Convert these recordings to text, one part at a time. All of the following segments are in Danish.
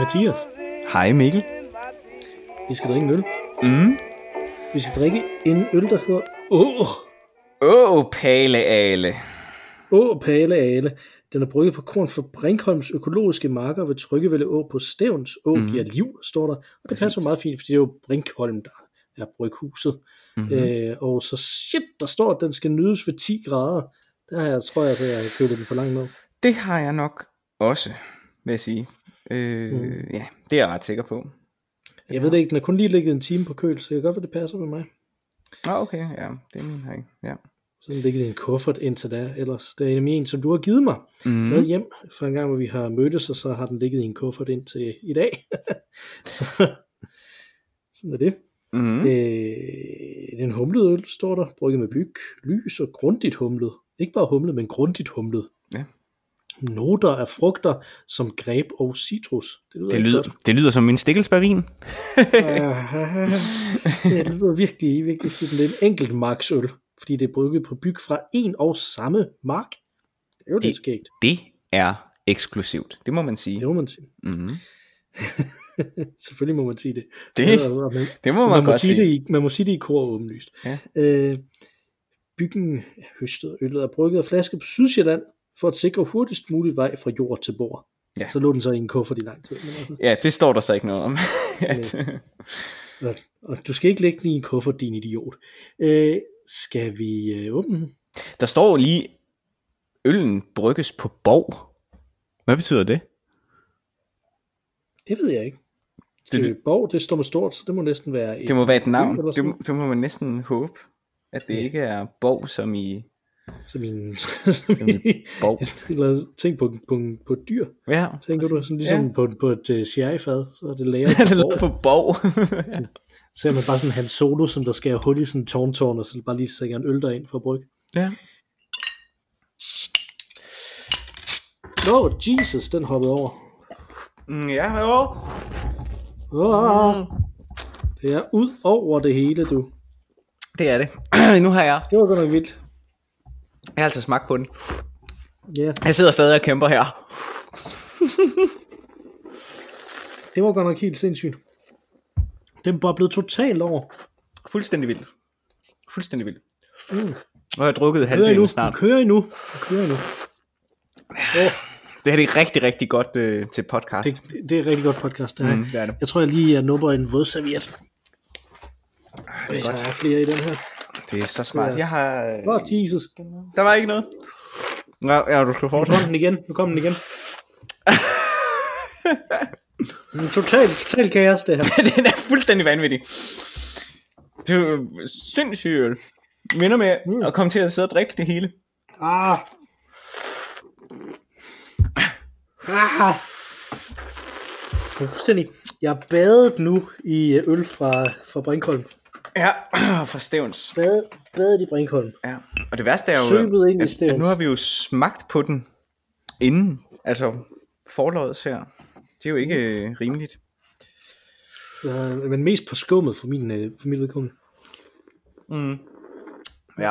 Mathias. Hej Mikkel. Vi skal drikke en øl. Vi skal drikke en øl, der hedder Pale Ale. Pale Ale. Den er brygget på korn fra Brinkholms økologiske marker ved Tryggevælde Å på Stevns. Giver liv, står der. Og det passer meget fint, fordi det er jo Brinkholm, der er bryghuset. Og så der står, at den skal nydes ved 10 grader. Der har jeg, tror jeg, at jeg har kølet den for langt ned. Det har jeg nok også, vil jeg sige. Ja, det er jeg ret sikker på. Jeg ved det ikke, den er kun lige ligget en time på køl, så jeg kan godt, at det passer med mig. Okay, ja, det er min her, ja. Så den ligger i en kuffert indtil da, ellers. Det er en, som du har givet mig med hjem fra en gang, hvor vi har mødtes, og så har den ligget i en kuffert indtil i dag. Så, sådan er det. Det er en humlet øl, står der, brygget med byg, lys og grundigt humlet. Ikke bare humlet, men grundigt humlet. Ja. Noter af frugter som greb og citrus. Det lyder som en stikkelsbærvin. Det lyder virkelig, virkelig skidt. Det er en enkelt marksøl, fordi det er brygget på byg fra en og samme mark. Det er jo lidt skægt. Det er eksklusivt, det må man sige. Det må man sige. Selvfølgelig må man sige det. Det må man godt sige. Man må sige det i kor åbenlyst. Ja. Byggen høstet øllet er brygget af flaske på Sydsjælland for at sikre hurtigst mulig vej fra jord til bord. Ja. Så lå den så i en kuffert i lang tid. Ja, det står der så ikke noget om. Og du skal ikke lægge den i en kuffert, din idiot. Skal vi åbne den? Der står lige, øllen brygges på bov. Hvad betyder det? Det ved jeg ikke. Bov, det står med stort, så det må næsten være det må være et navn. Det må man næsten håbe, at det ikke er bov som i bov. Eller tænk på et dyr. Ja. Tænker du sådan ligesom på et sherryfad, så er det lavet på bov. Så ser man bare sådan Han Solo, som der skærer hul i sådan en tårn, og så bare lige sætter en øl derind for at brygge. Ja. Jesus, den hoppede over. Ja, jo. Det er ud over det hele, du. Det er det. Nu har jeg. Det var godt nok vildt. Jeg har altså smagt på den. Ja. Jeg sidder stadig og kæmper her. Det var godt nok helt sindssygt. Den var blevet totalt over. Fuldstændig vildt. Og jeg har drukket halvdelen snart. Kører I nu. Det her er rigtig, rigtig godt til podcast. Det er rigtig godt podcast. Det er det. Jeg tror, jeg nubber en vådserviet. Det er godt. Der er flere i den her. Det er så smart. Jeg har... Jesus. Der var ikke noget. Ja, du skal fortsætte. Nu kom den igen. Total kaos, det her. Den er fuldstændig vanvittig. Det er jo sindssygt øl. Minder med at komme til at sidde og drikke det hele. Fuldstændig. Jeg er badet nu i øl fra Brinkholm. Ja, fra Stevns. Badet i Brinkholm. Ja. Og det værste er jo, at nu har vi jo smagt på den inden, altså forløjet her. Det er jo ikke rimeligt. Men mest på skummet for min vedkommende. Ja.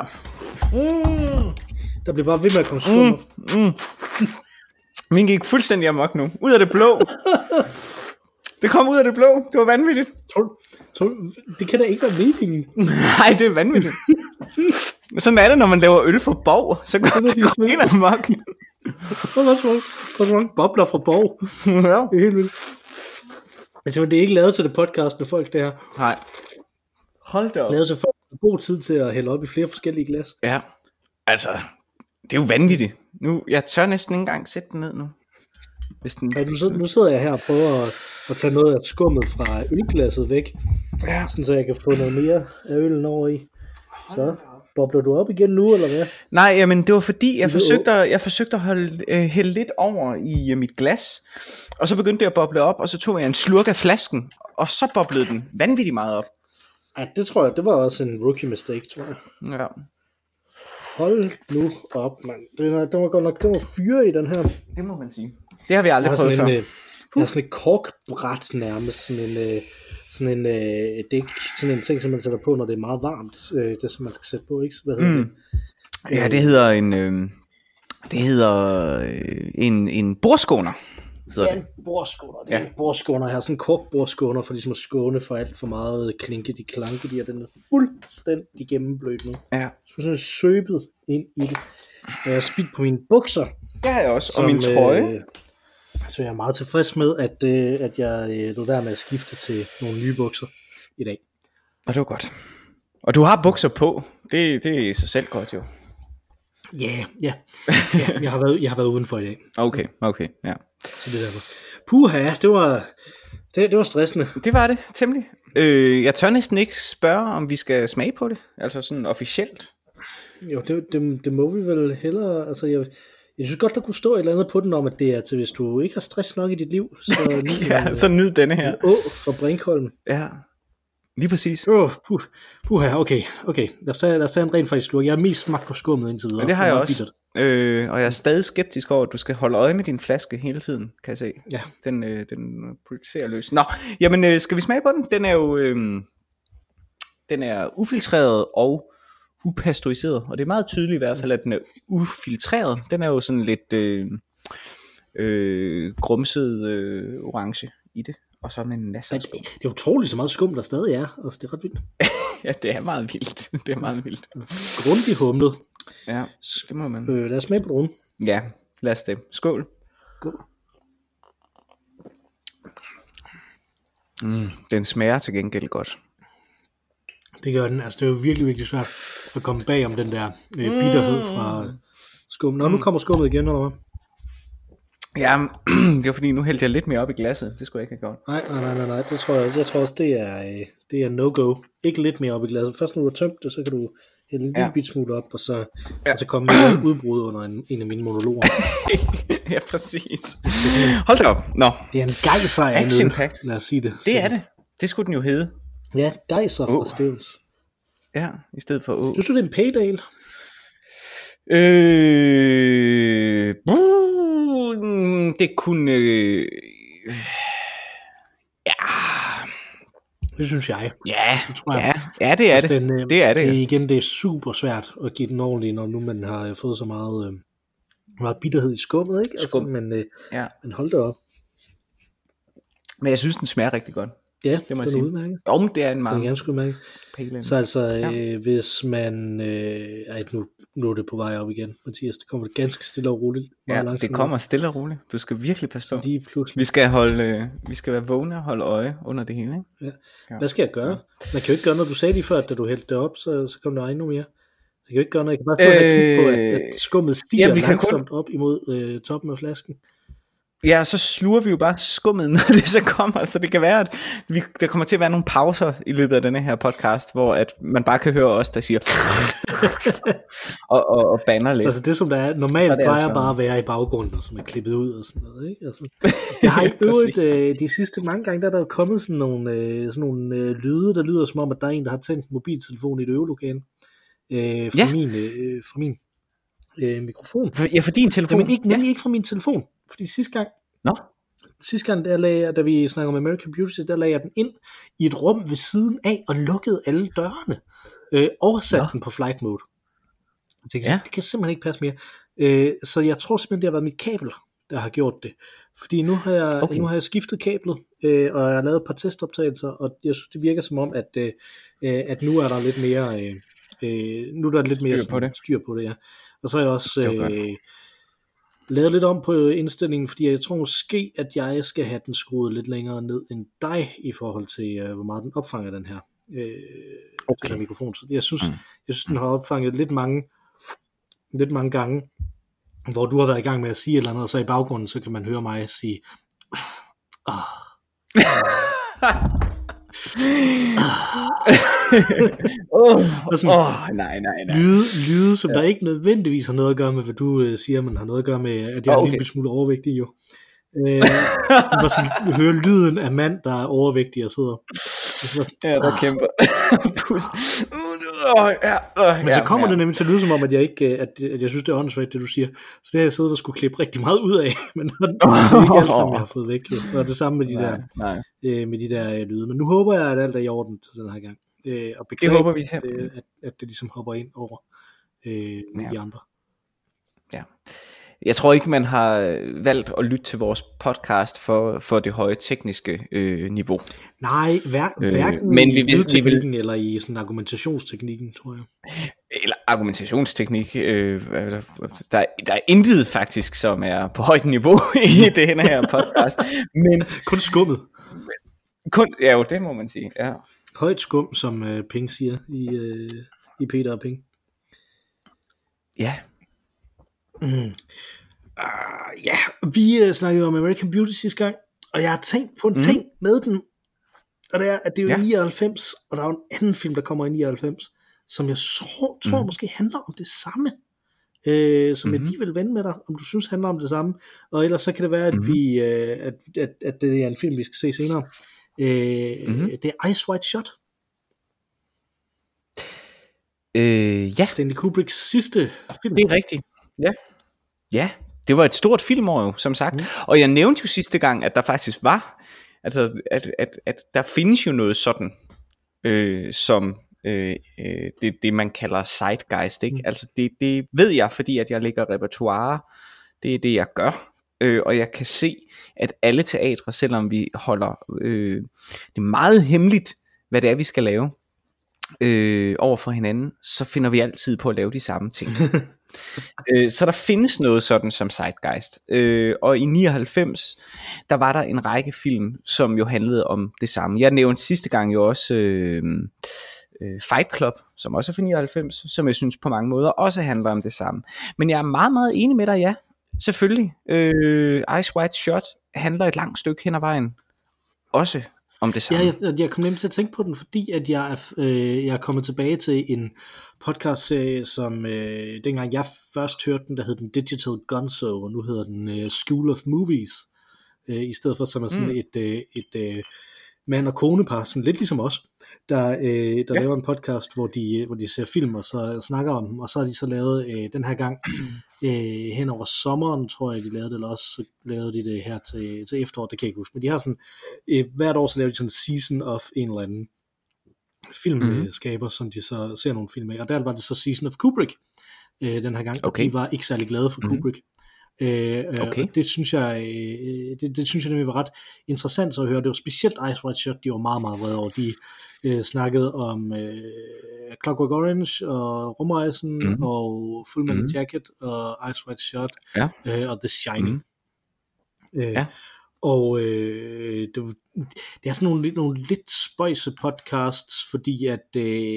Der bliver bare ved med at komme skummer. Min gik fuldstændig amok nu. Ud af det blå. Det kom ud af det blå. Det var vanvittigt. Det kan da ikke være meningen. Nej, det er vanvittigt. Sådan er det, når man laver øl fra Borg. Så går det ind amok. Der er så mange bobler fra Borg. Ja. Det er helt vildt. Altså, det er ikke lavet til det podcastende folk, det her. Nej. Hold da op. Lavet til folk, der har god tid til at hælde op i flere forskellige glas. Ja. Altså, det er jo vanvittigt. Jeg tør næsten ikke engang sætte den ned nu. Nu sidder jeg her og prøver at tage noget af skummet fra ølglasset væk. Ja. Sådan så jeg kan få noget mere af øllen over i. Så bobler du op igen nu, eller hvad? Nej, jamen det var fordi, jeg forsøgte at hælde lidt over i mit glas. Og så begyndte det at boble op, og så tog jeg en slurk af flasken. Og så boblede den vanvittigt meget op. Ja, det tror jeg, det var også en rookie mistake, tror jeg. Ja. Hold nu op, mand. Den var godt nok, den var fyre i den her. Det må man sige. Det har vi aldrig prøvet før. Jeg har sådan et korkbræt nærmest, sådan en ting, som man sætter på, når det er meget varmt. Det som man skal sætte på, ikke? Hvad hedder det? Ja, det hedder en bordskåner. hedder Ja, det. en bordskåner. Det er en bordskåner. Jeg har sådan en kort bordskåner for ligesom at skåne for alt for meget klanke, og den er fuldstændig gennemblødt nu. Ja. Så sådan søbet ind i det. Og jeg har spildt på mine bukser. Det har jeg også, og min trøje. Så jeg er meget tilfreds med, at jeg lod være med at skifte til nogle nye bukser i dag. Og det var godt. Og du har bukser på. Det er i sig selv godt jo. Ja, jeg har været udenfor i dag. Okay, ja. Så det derfor. Puha, det var stressende. Det var det, temmelig. Jeg tør næsten ikke spørge, om vi skal smage på det. Altså sådan officielt. Jo, det må vi vel hellere. Altså, jeg synes godt, der kunne stå et eller andet på den om, at det er til, hvis du ikke har stress nok i dit liv, så nyd, så nyd denne her. Fra Brinkholm. Ja, lige præcis. Puha, okay. Lad os tage en rent faktisk slurk. Jeg har mest smagt på skummet indtil videre. Men det har jeg også. Og jeg er stadig skeptisk over, at du skal holde øje med din flaske hele tiden, kan jeg se. Ja. Den pulserer løs. Nå, jamen skal vi smage på den? Den er jo den er ufiltreret og upasteuriseret, og det er meget tydeligt i hvert fald, at den er ufiltreret. Den er jo sådan lidt grumset orange i det, og så med en masse skum. Det er utroligt så meget skum, der stadig er. Altså, det er ret vildt. Ja, det er meget vildt. Det er meget vildt. Grundigt humlet. Ja, det må man. Lad os smage på dronen. Ja, lad os det. Skål. Skål. Den smager til gengæld godt. Det gør den. Altså, det er jo virkelig, virkelig svært at komme bag om den der bitterhed fra skummen. Nå, nu kommer skummet igen, eller hvad? Ja, det var fordi, nu hældte jeg lidt mere op i glasset. Det skulle jeg ikke have gjort. Nej. Det tror jeg tror også, det er no-go. Ikke lidt mere op i glasset. Først når du har tømt det, så kan du hælde en lille bit smule op, og så komme med et udbrud under en af mine monologer. Ja, præcis. Hold da op. Nå. Det er en gejser af Action packed. Lad os sige det. Det er det. Det skulle den jo hedde. Ja, gejser fra Stevens. Ja, i stedet for å. Synes du, det er en pale ale? Det kunne... Det synes jeg. Ja, det tror jeg. Ja, det er det. Det er det. Igen, det er super svært at give den ordentligt, når nu man har fået så meget bitterhed i skummet, ikke? Altså, men hold da op. Men jeg synes, den smager rigtig godt. Ja, det må jeg sige. Udmærket. Om det er en meget. Det er ganske udmærket. Så altså, hvis man... nu er det på vej op igen, Mathias. Det kommer ganske stille og roligt. Ja, det kommer stille og roligt. Du skal virkelig passe på. Pludselig... Vi skal være vågne og holde øje under det hele, ikke? Ja. Hvad skal jeg gøre? Man kan jo ikke gøre noget. Du sagde lige før, at da du hældte det op, så kom der endnu mere. Jeg kan jo ikke gøre noget. Jeg kan bare stå og kigge på, at skummet stiger langsomt op imod toppen af flasken. Ja, så sluger vi jo bare skummet, når det så kommer, så det kan være, at der kommer til at være nogle pauser i løbet af denne her podcast, hvor at man bare kan høre os, der siger og banner lidt. Altså det, som der er normalt plejer altså bare at være i baggrunden, som er klippet ud og sådan noget, ikke? Altså, jeg har i øvrigt de sidste mange gange, der er kommet sådan nogle lyde, der lyder som om, at der er en, der har tændt en mobiltelefon i et øvelokale fra min mikrofon. Ja, for din telefon? Nemlig ikke fra min telefon. Fordi sidste gang da vi snakkede om American Beauty, der lagde jeg den ind i et rum ved siden af og lukkede alle dørene. Oversatte den på flight mode. Jeg tænkte, det kan simpelthen ikke passe mere. Så jeg tror simpelthen, det har været mit kabel, der har gjort det. Fordi nu har jeg skiftet kablet, og jeg har lavet et par testoptagelser, og jeg synes, det virker som om, at nu er der lidt mere styr på det, ja. Og så har jeg også lavet lidt om på indstillingen, fordi jeg tror måske, at jeg skal have den skruet lidt længere ned end dig, i forhold til, hvor meget den opfanger den her, den her mikrofon. Så jeg synes, den har opfanget lidt mange gange, hvor du har været i gang med at sige et eller andet, og så i baggrunden, så kan man høre mig sige, nej. Lyde, som der ikke nødvendigvis har noget at gøre med, hvad du siger, men har noget at gøre med, at jeg er en lille smule overvægtig jo. Man skal høre lyden af mand, der er overvægtig og sidder. Der kæmper. Men så kommer det nemlig til at lyde som om, at jeg ikke, at jeg synes, det er åndssvagt, det du siger. Så det har jeg siddet og skulle klippe rigtig meget ud af, men det er ikke alt sammen, jeg har fået væk. Jo. Og det samme med de der lyde. Men nu håber jeg, at alt er i orden til den her gang. Og beklager, det håber vi at det ligesom hopper ind over med de andre. Ja. Jeg tror ikke, man har valgt at lytte til vores podcast for det høje tekniske niveau. Nej, hverken men i lydteknikken eller i sådan argumentationsteknikken, tror jeg. Eller argumentationsteknik. Der er intet faktisk, som er på højt niveau i det her podcast. Men kun skummet. Ja, jo, det må man sige. Ja. Højt skum, som Ping siger i Peter og Ping. Ja. Ja, vi snakkede om American Beauty sidste gang, og jeg har tænkt på en ting med den, og det er, at det er jo 99, og der er jo en anden film, der kommer i 99, som jeg tror måske handler om det samme, som jeg lige vil vende med dig, om du synes handler om det samme, og ellers så kan det være, at vi at det er en film, vi skal se senere. Det er Eyes Wide Shut. Ja. Stanley Kubricks sidste film. Det er rigtigt. Ja, det var et stort filmår jo, som sagt. Og jeg nævnte jo sidste gang, at der faktisk var, altså at der findes jo noget sådan, som det man kalder zeitgeist, ikke? Altså det ved jeg, fordi at jeg lægger repertoire. Det er det jeg gør. Og jeg kan se, at alle teatre, selvom vi holder det er meget hemmeligt, hvad det er vi skal lave over for hinanden, så finder vi altid på at lave de samme ting. Så der findes noget sådan som zeitgeist. Og i 99 der var der en række film, som jo handlede om det samme. Jeg nævnte sidste gang jo også Fight Club, som også er fra 99, som jeg synes på mange måder også handler om det samme. Men jeg er meget, meget enig med dig, ja. Selvfølgelig. Eyes Wide Shut handler et langt stykke hen ad vejen også om det samme. Ja, jeg kom nemt til at tænke på den, fordi at jeg er kommet tilbage til en podcast-serie, som dengang jeg først hørte den, der hed den Digital Gonzo, og nu hedder den School of Movies, i stedet for som er sådan et mand- og konepar, sådan lidt ligesom os, der laver en podcast, hvor de ser film, og så snakker om dem, og så har de så lavet den her gang, hen over sommeren, tror jeg, de lavede det, eller også så lavede de det her til efteråret, det kan jeg ikke huske, men de har sådan, hvert år så laver de sådan en season of en eller anden filmskaber, som de så ser nogle film af, og der var det så Season of Kubrick, den her gang, og de var ikke særlig glade for Kubrick. Okay. Det synes jeg det synes jeg nemlig var ret interessant så at høre. Det var specielt Eyes Wide Shut, de var meget, meget vrede over. De snakkede om Clockwork Orange og Rumrejsen og Full Metal Jacket og Eyes Wide Shut og The Shining. Og det er sådan nogle lidt spøjse podcasts, fordi at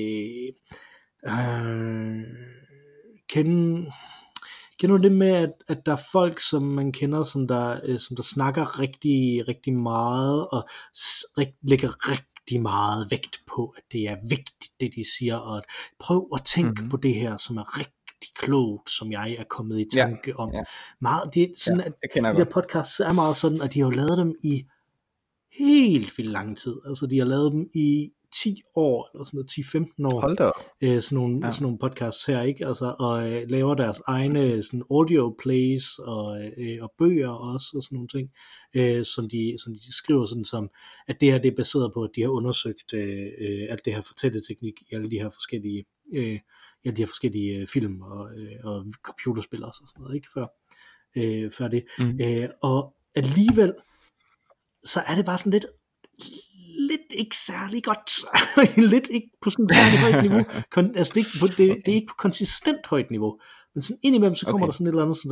kender du det med, at der er folk, som man kender, som der snakker rigtig, rigtig meget, og lægger rigtig meget vægt på, at det er vigtigt, det de siger, og at prøv at tænke på det her, som er rigtig klogt, som jeg er kommet i tanke om. Meget, det er sådan, at de der podcasts er meget sådan, at de har lavet dem i helt vildt lang tid. Altså, de har lavet dem i 10 år, eller sådan noget, 10-15 år. Hold da op. Sådan nogle podcasts her, ikke? Altså, og laver deres egne sådan audio plays og bøger også, og sådan nogle ting, som de skriver sådan som, at det her det er baseret på, at de har undersøgt alt det her fortælleteknik i alle de her forskellige film og computerspil og sådan noget, ikke? Før det. Og alligevel så er det bare sådan lidt ikke særlig godt, lidt ikke på sådan et særligt højt niveau, altså det er ikke på konsistent højt niveau, men sådan indimellem så kommer der sådan et eller andet, sådan, der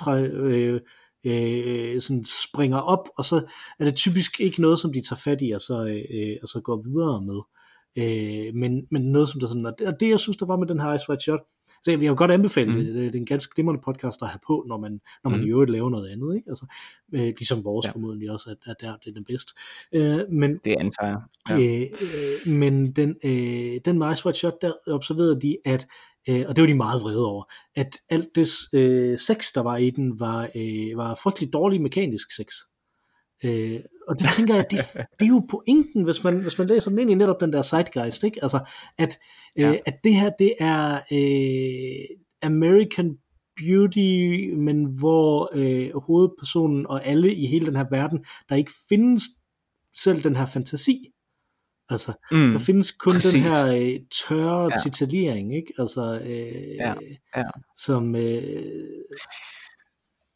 lige sådan springer op, og så er det typisk ikke noget, som de tager fat i, og så går videre med, men noget som der sådan, og det jeg synes der var med den her Eyes Wide Shut, så jeg vil godt anbefale det. Det er en ganske glimrende podcast at have på, når man i øvrigt laver noget andet, ikke? Altså, ligesom vores formodentlig også, at det er den bedste. Men det antager jeg. Men den med Eyes Wide Shut, der observerede de, at og det var de meget vrede over, at alt det sex, der var i den, var frygtelig dårlig mekanisk sex. Og det tænker jeg, det er jo pointen, hvis man læser den ind i netop den der zeitgeist, ikke? Altså, at det her, det er American Beauty, men hvor hovedpersonen og alle i hele den her verden, der ikke findes selv den her fantasi. Altså, der findes kun den her tørre titulering, ikke? Altså, som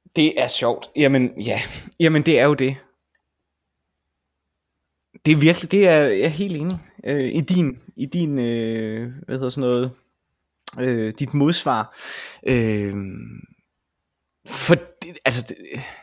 Det er sjovt. Jamen, ja. Jamen, det er jo det. Det er virkelig, det er jeg er helt enig i din hvad hedder sådan noget, dit modsvar. For altså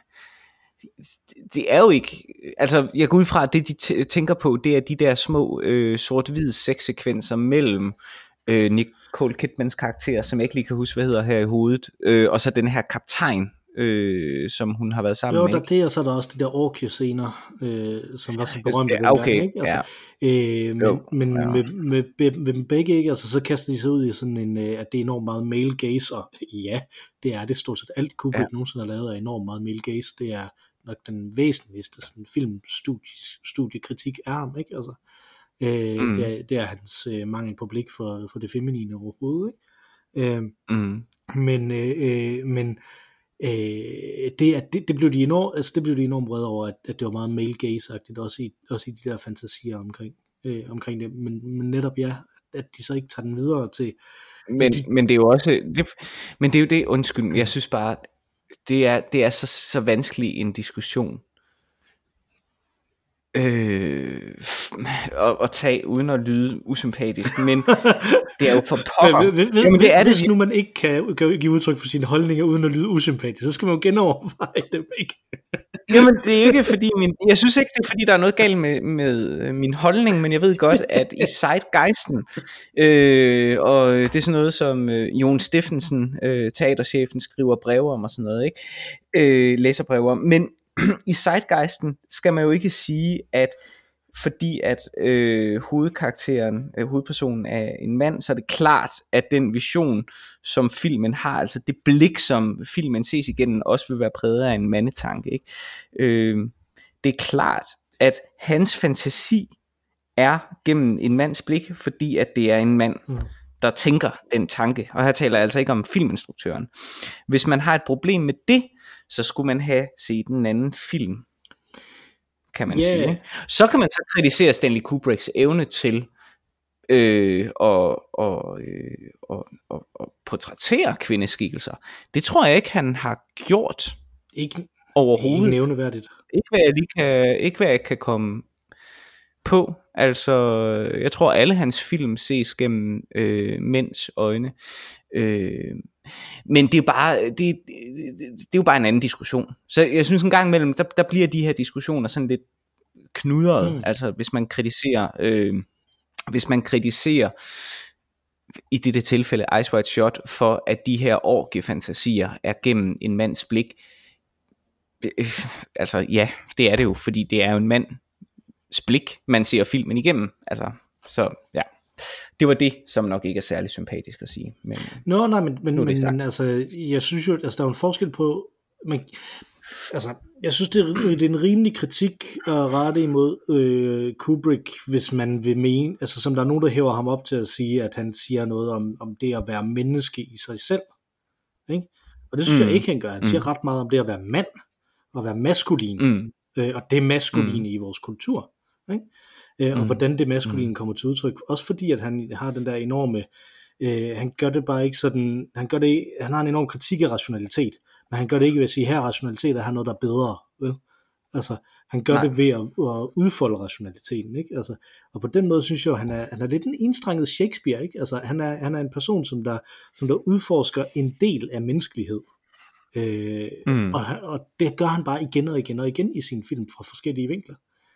det er jo ikke, altså jeg går ud fra, at det de tænker på, det er de der små sort-hvide sexsekvenser mellem Nicole Kidmans karakter, som jeg ikke lige kan huske, hvad hedder her i hovedet, og så den her kaptajn, som hun har været sammen med. Jo, det, og så er der også de der orgie-scener, som var så berømte. Okay, ikke? Altså, men med dem begge, ikke? Altså, så kaster de sig ud i sådan en, at det er enormt meget male gaze, og ja, det er det stort set alt Kubrick nogensinde har lavet, er enormt meget male gaze. Det er nok den væsentligste sådan filmstudiekritik af ham, ikke? Altså, det er hans mangel på blik for det feminine overhovedet, ikke? Men det blev de enormt vrede over, at det var meget male gaze-agtigt, også i de der fantasier omkring det, men netop at de så ikke tager den videre til. Men det er jo også, men det er jo det, undskyld, jeg synes bare, det er så vanskelig en diskussion at tage uden at lyde usympatisk, men det er jo for pokker. Hvis nu man ikke kan give udtryk for sine holdninger uden at lyde usympatisk, så skal man jo genoverveje dem, ikke? Jamen det er ikke fordi jeg synes ikke det er fordi der er noget galt med min holdning, men jeg ved godt at i Zeitgeisten og det er sådan noget som Jon Steffensen, teaterchefen, skriver breve om og sådan noget, ikke? Læserbreve om, men i Zeitgeisten skal man jo ikke sige, at fordi at hovedpersonen er en mand, så er det klart, at den vision, som filmen har, altså det blik, som filmen ses igennem, også vil være præget af en mandetanke, ikke? Det er klart, at hans fantasi er gennem en mands blik, fordi at det er en mand, der tænker den tanke, og her taler jeg altså ikke om filminstruktøren. Hvis man har et problem med det, så skulle man have set en anden film, kan man sige. Så kan man så kritisere Stanley Kubricks evne til at portrættere kvindeskikkelser. Det tror jeg ikke, han har gjort. Ikke overhovedet. Ikke nævneværdigt. Ikke hvad jeg kan komme på. Altså, jeg tror alle hans film ses gennem mænds øjne. Men det er jo bare det er jo bare en anden diskussion. Så jeg synes en gang imellem der bliver de her diskussioner sådan lidt knudret. Altså hvis man kritiserer i dette tilfælde Eyes Wide Shut for at de her orgiefantasier er gennem en mands blik. Altså ja, det er det jo, fordi det er jo en mands blik man ser filmen igennem. Altså så ja. Det var det, som nok ikke er særlig sympatisk at sige. Men men altså, jeg synes jo, altså, der er en forskel på, men, altså, jeg synes, det er en rimelig kritik at rette imod Kubrick, hvis man vil mene, altså som der er nogen, der hæver ham op til at sige, at han siger noget om det at være menneske i sig selv. Ikke? Og det synes jeg ikke, han gør. Han siger ret meget om det at være mand, og være maskulin, og det maskuline i vores kultur. Ikke? Og hvordan det maskuline kommer til udtryk, også fordi at han har den der enorme han gør det bare ikke sådan, han har en enorm kritik af rationalitet, men han gør det ikke ved at sige, her rationalitet er her noget der er bedre, vel? Altså han gør det ved at udfolde rationaliteten, ikke? Altså, og på den måde synes jeg han er lidt en enstrenget Shakespeare, ikke? Altså han er en person som der udforsker en del af menneskelighed. Og det gør han bare igen og igen og igen i sine film fra forskellige vinkler.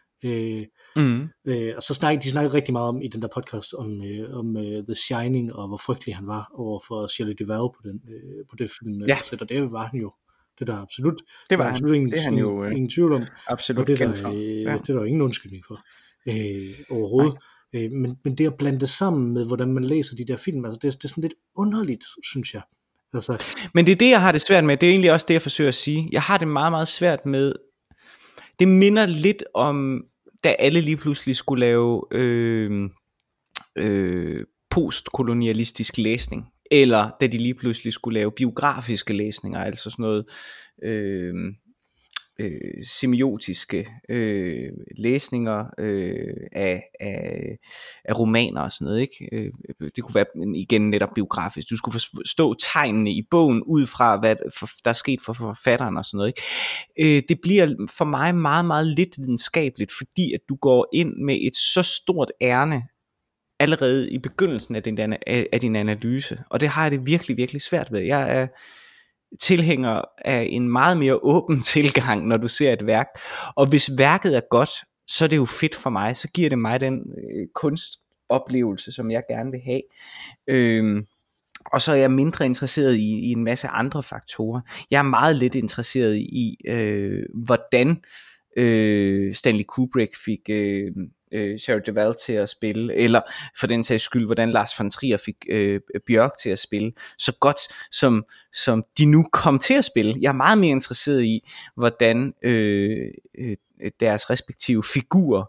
Og så snakker rigtig meget om i den der podcast om The Shining og hvor frygtelig han var over for Shelley Duvall på det film, og det var han jo. Det der absolut ingen tvivl om. Absolut det er der jo ingen undskyldning for overhovedet. Men det at blande det sammen med hvordan man læser de der film, altså det er sådan lidt underligt, synes jeg. Altså, men det er det jeg har det svært med. Det er egentlig også det jeg forsøger at sige. Jeg har det meget meget svært med. Det minder lidt om da alle lige pludselig skulle lave postkolonialistisk læsning, eller da de lige pludselig skulle lave biografiske læsninger, altså sådan noget semiotiske læsninger af romaner og sådan noget, ikke? Det kunne være igen netop biografisk. Du skulle forstå tegnene i bogen ud fra hvad der er sket for forfatteren og sådan noget, ikke? Det bliver for mig meget, meget lidt videnskabeligt, fordi at du går ind med et så stort ærne allerede i begyndelsen af din analyse, og det har jeg det virkelig, virkelig svært ved. Jeg er tilhænger af en meget mere åben tilgang, når du ser et værk, og hvis værket er godt, så er det jo fedt for mig, så giver det mig den kunstoplevelse, som jeg gerne vil have, og så er jeg mindre interesseret i en masse andre faktorer. Jeg er meget lidt interesseret i, hvordan Stanley Kubrick fik Sheri Duvall til at spille, eller for den sags skyld, hvordan Lars von Trier fik Bjørk til at spille, så godt som de nu kom til at spille. Jeg er meget mere interesseret i, hvordan deres respektive figurer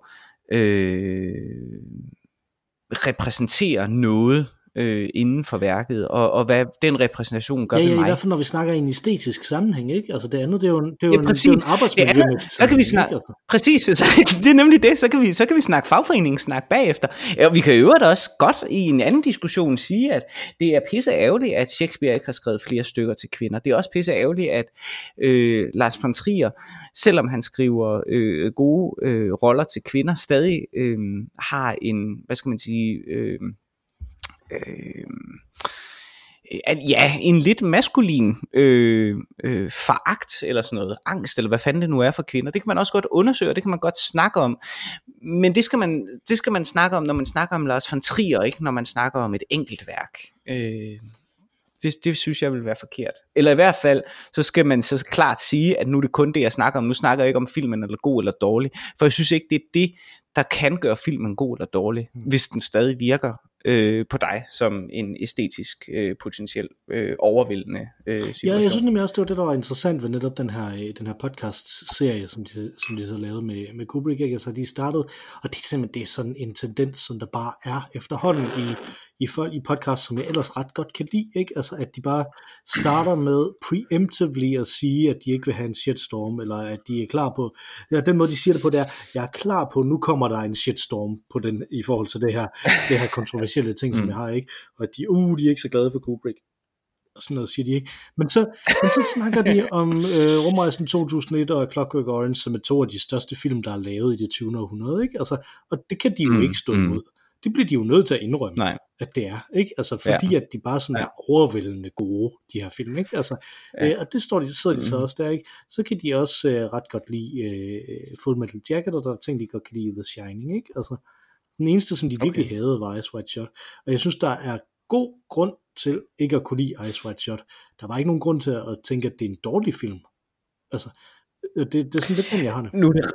repræsenterer noget inden for værket, og hvad den repræsentation gør ved mig. Ja, i hvert fald når vi snakker i en æstetisk sammenhæng, ikke? Altså det andet, det er jo en arbejdsmiljømæssig så kan vi snakke, præcis, det er nemlig det, så kan vi snakke fagforeningssnak bagefter. Og vi kan jo også godt i en anden diskussion sige, at det er pisse ærgerligt, at Shakespeare ikke har skrevet flere stykker til kvinder. Det er også pisse ærgerligt, at Lars von Trier, selvom han skriver gode roller til kvinder, stadig har en, hvad skal man sige, en lidt maskulin foragt eller sådan noget, angst eller hvad fanden det nu er for kvinder. Det kan man også godt undersøge, og det kan man godt snakke om, men det skal man snakke om, når man snakker om Lars von Trier, ikke når man snakker om et enkelt værk. Det synes jeg vil være forkert. Eller i hvert fald, så skal man så klart sige, at nu er det kun det, jeg snakker om. Nu snakker jeg ikke om filmen eller god eller dårlig, for jeg synes ikke, det er det, der kan gøre filmen god eller dårlig, hvis den stadig virker på dig som en æstetisk potentiel overvældende situation. Ja, jeg synes nemlig også, det var det, der var interessant ved netop den her podcast-serie, som de så lavede med Kubrick, ikke? Altså de startede, og det er simpelthen det er sådan en tendens, som der bare er efterhånden i folk i podcast, som jeg ellers ret godt kan lide, ikke? Altså at de bare starter med preemptively at sige, at de ikke vil have en shitstorm, eller at de er klar på, ja, den måde de siger det på, det er, jeg er klar på, nu kommer der en shitstorm på den, i forhold til det her kontroversielle ting, som jeg har, ikke? Og at de er ikke så glade for Kubrick. Og sådan noget siger de ikke. Men så snakker de om Rumrejsen 2001 og Clockwork Orange, som er to af de største film, der er lavet i det 20. århundrede, ikke? Altså, og det kan de jo ikke stå imod. Det bliver de jo nødt til at indrømme, at det er, ikke? Altså, fordi at de bare sådan er overvældende gode, de her film, ikke? Altså, og det sidder de så også der, ikke? Så kan de også ret godt lide Full Metal Jacket, og der er ting, de godt kan lide The Shining, ikke? Altså, den eneste, som de virkelig havde, var Eyes Wide Shut. Og jeg synes, der er god grund til ikke at kunne lide Eyes Wide Shut. Der var ikke nogen grund til at tænke, at det er en dårlig film. Altså, det er sådan lidt, den jeg har det. Nu det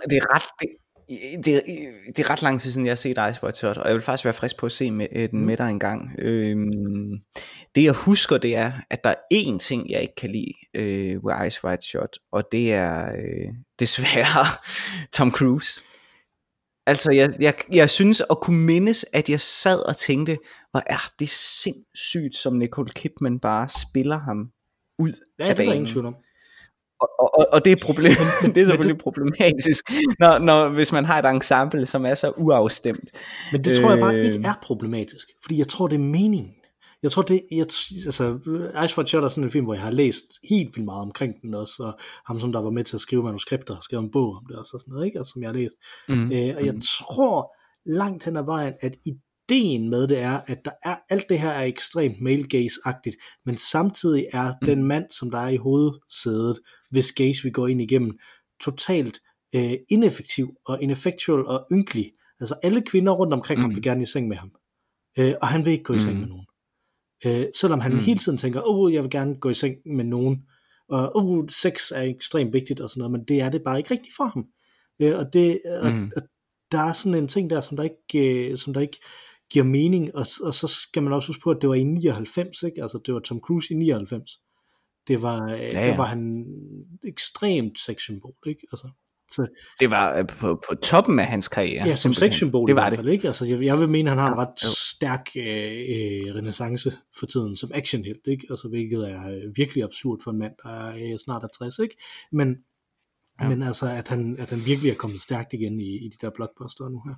er ret lang tid siden, jeg har set Eyes Wide Shut, og jeg vil faktisk være frisk på at se den med dig en gang. Det jeg husker, det er, at der er én ting, jeg ikke kan lide ved Eyes Wide Shut, og det er desværre Tom Cruise. Altså jeg synes at kunne mindes, at jeg sad og tænkte, hvor er det sindssygt, som Nicole Kidman bare spiller ham ud af banen. Det er ingen tvivl om. Og det er det er selvfølgelig problematisk, når hvis man har et ensemble, som er så uafstemt. Men det tror jeg bare ikke er problematisk, fordi jeg tror, det er meningen. Jeg tror Eyes Wide Shut er sådan en film, hvor jeg har læst helt vildt meget omkring den også, og ham som der var med til at skrive manuskripter, har skrevet en bog om det også, og sådan noget, ikke? Og som jeg har læst. Og jeg tror langt hen ad vejen, at ideen med det er, at der er, alt det her er ekstremt male gaze-agtigt, men samtidig er den mand, som der er i hovedsædet, hvis gaze vi går ind igennem, totalt ineffektiv og ineffectual og ynkelig. Altså alle kvinder rundt omkring ham vil gerne i seng med ham, og han vil ikke gå i seng med nogen. Selvom han hele tiden tænker, jeg vil gerne gå i seng med nogen, og sex er ekstremt vigtigt og sådan noget, men det er det bare ikke rigtigt for ham. Og der er sådan en ting der, som der ikke giver mening, og så skal man også huske på, at det var i 99, ikke? Altså det var Tom Cruise i 99. Der var han ekstremt sexsymbol, ikke? Altså, så det var på toppen af hans karriere. Ja, som sexsymbol i hvert fald, ikke? Altså jeg vil mene, han har en ret stærk renæssance for tiden som actionhelt, ikke? Altså hvilket er virkelig absurd for en mand, der er snart 60, ikke? Men Men altså, at han virkelig er kommet stærkt igen i de der blockbuster nu her.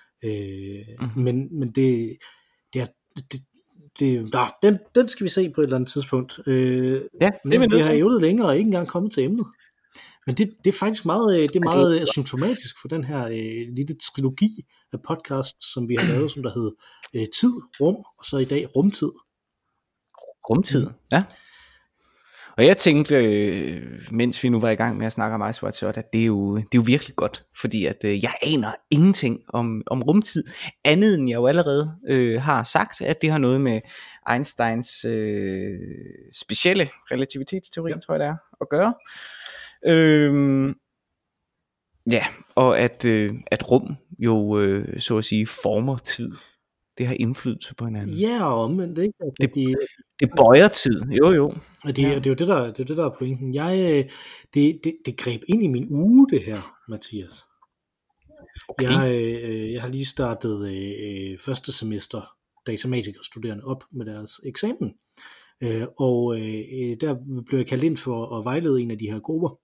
Men det den skal vi se på et eller andet tidspunkt. Ja, det er vi nødt Vi har til. ævlet længere og ikke engang kommet til emnet. Men det er faktisk meget symptomatisk for den her lille trilogi af podcasts, som vi har lavet, som der hedder Tid, Rum, og så i dag Rumtid. Rumtid, ja. Og jeg tænkte, mens vi nu var i gang med at snakke om Ice White Shot, at det er jo virkelig godt, fordi at jeg aner ingenting om rumtid, andet end jeg jo allerede har sagt, at det har noget med Einsteins specielle relativitetsteori, tror jeg det er, at gøre. Ja, og at rum jo så at sige former tid. Det har indflydelse på hinanden. Ja, og omvendt, ikke? Det bøjer tid, jo. Og det er jo det, der er pointen. Det greb ind i min uge, det her, Mathias. Okay. Jeg har lige startet første semester datamatikerstuderende op med deres eksamen. Og der blev jeg kaldt ind for at vejlede en af de her grupper,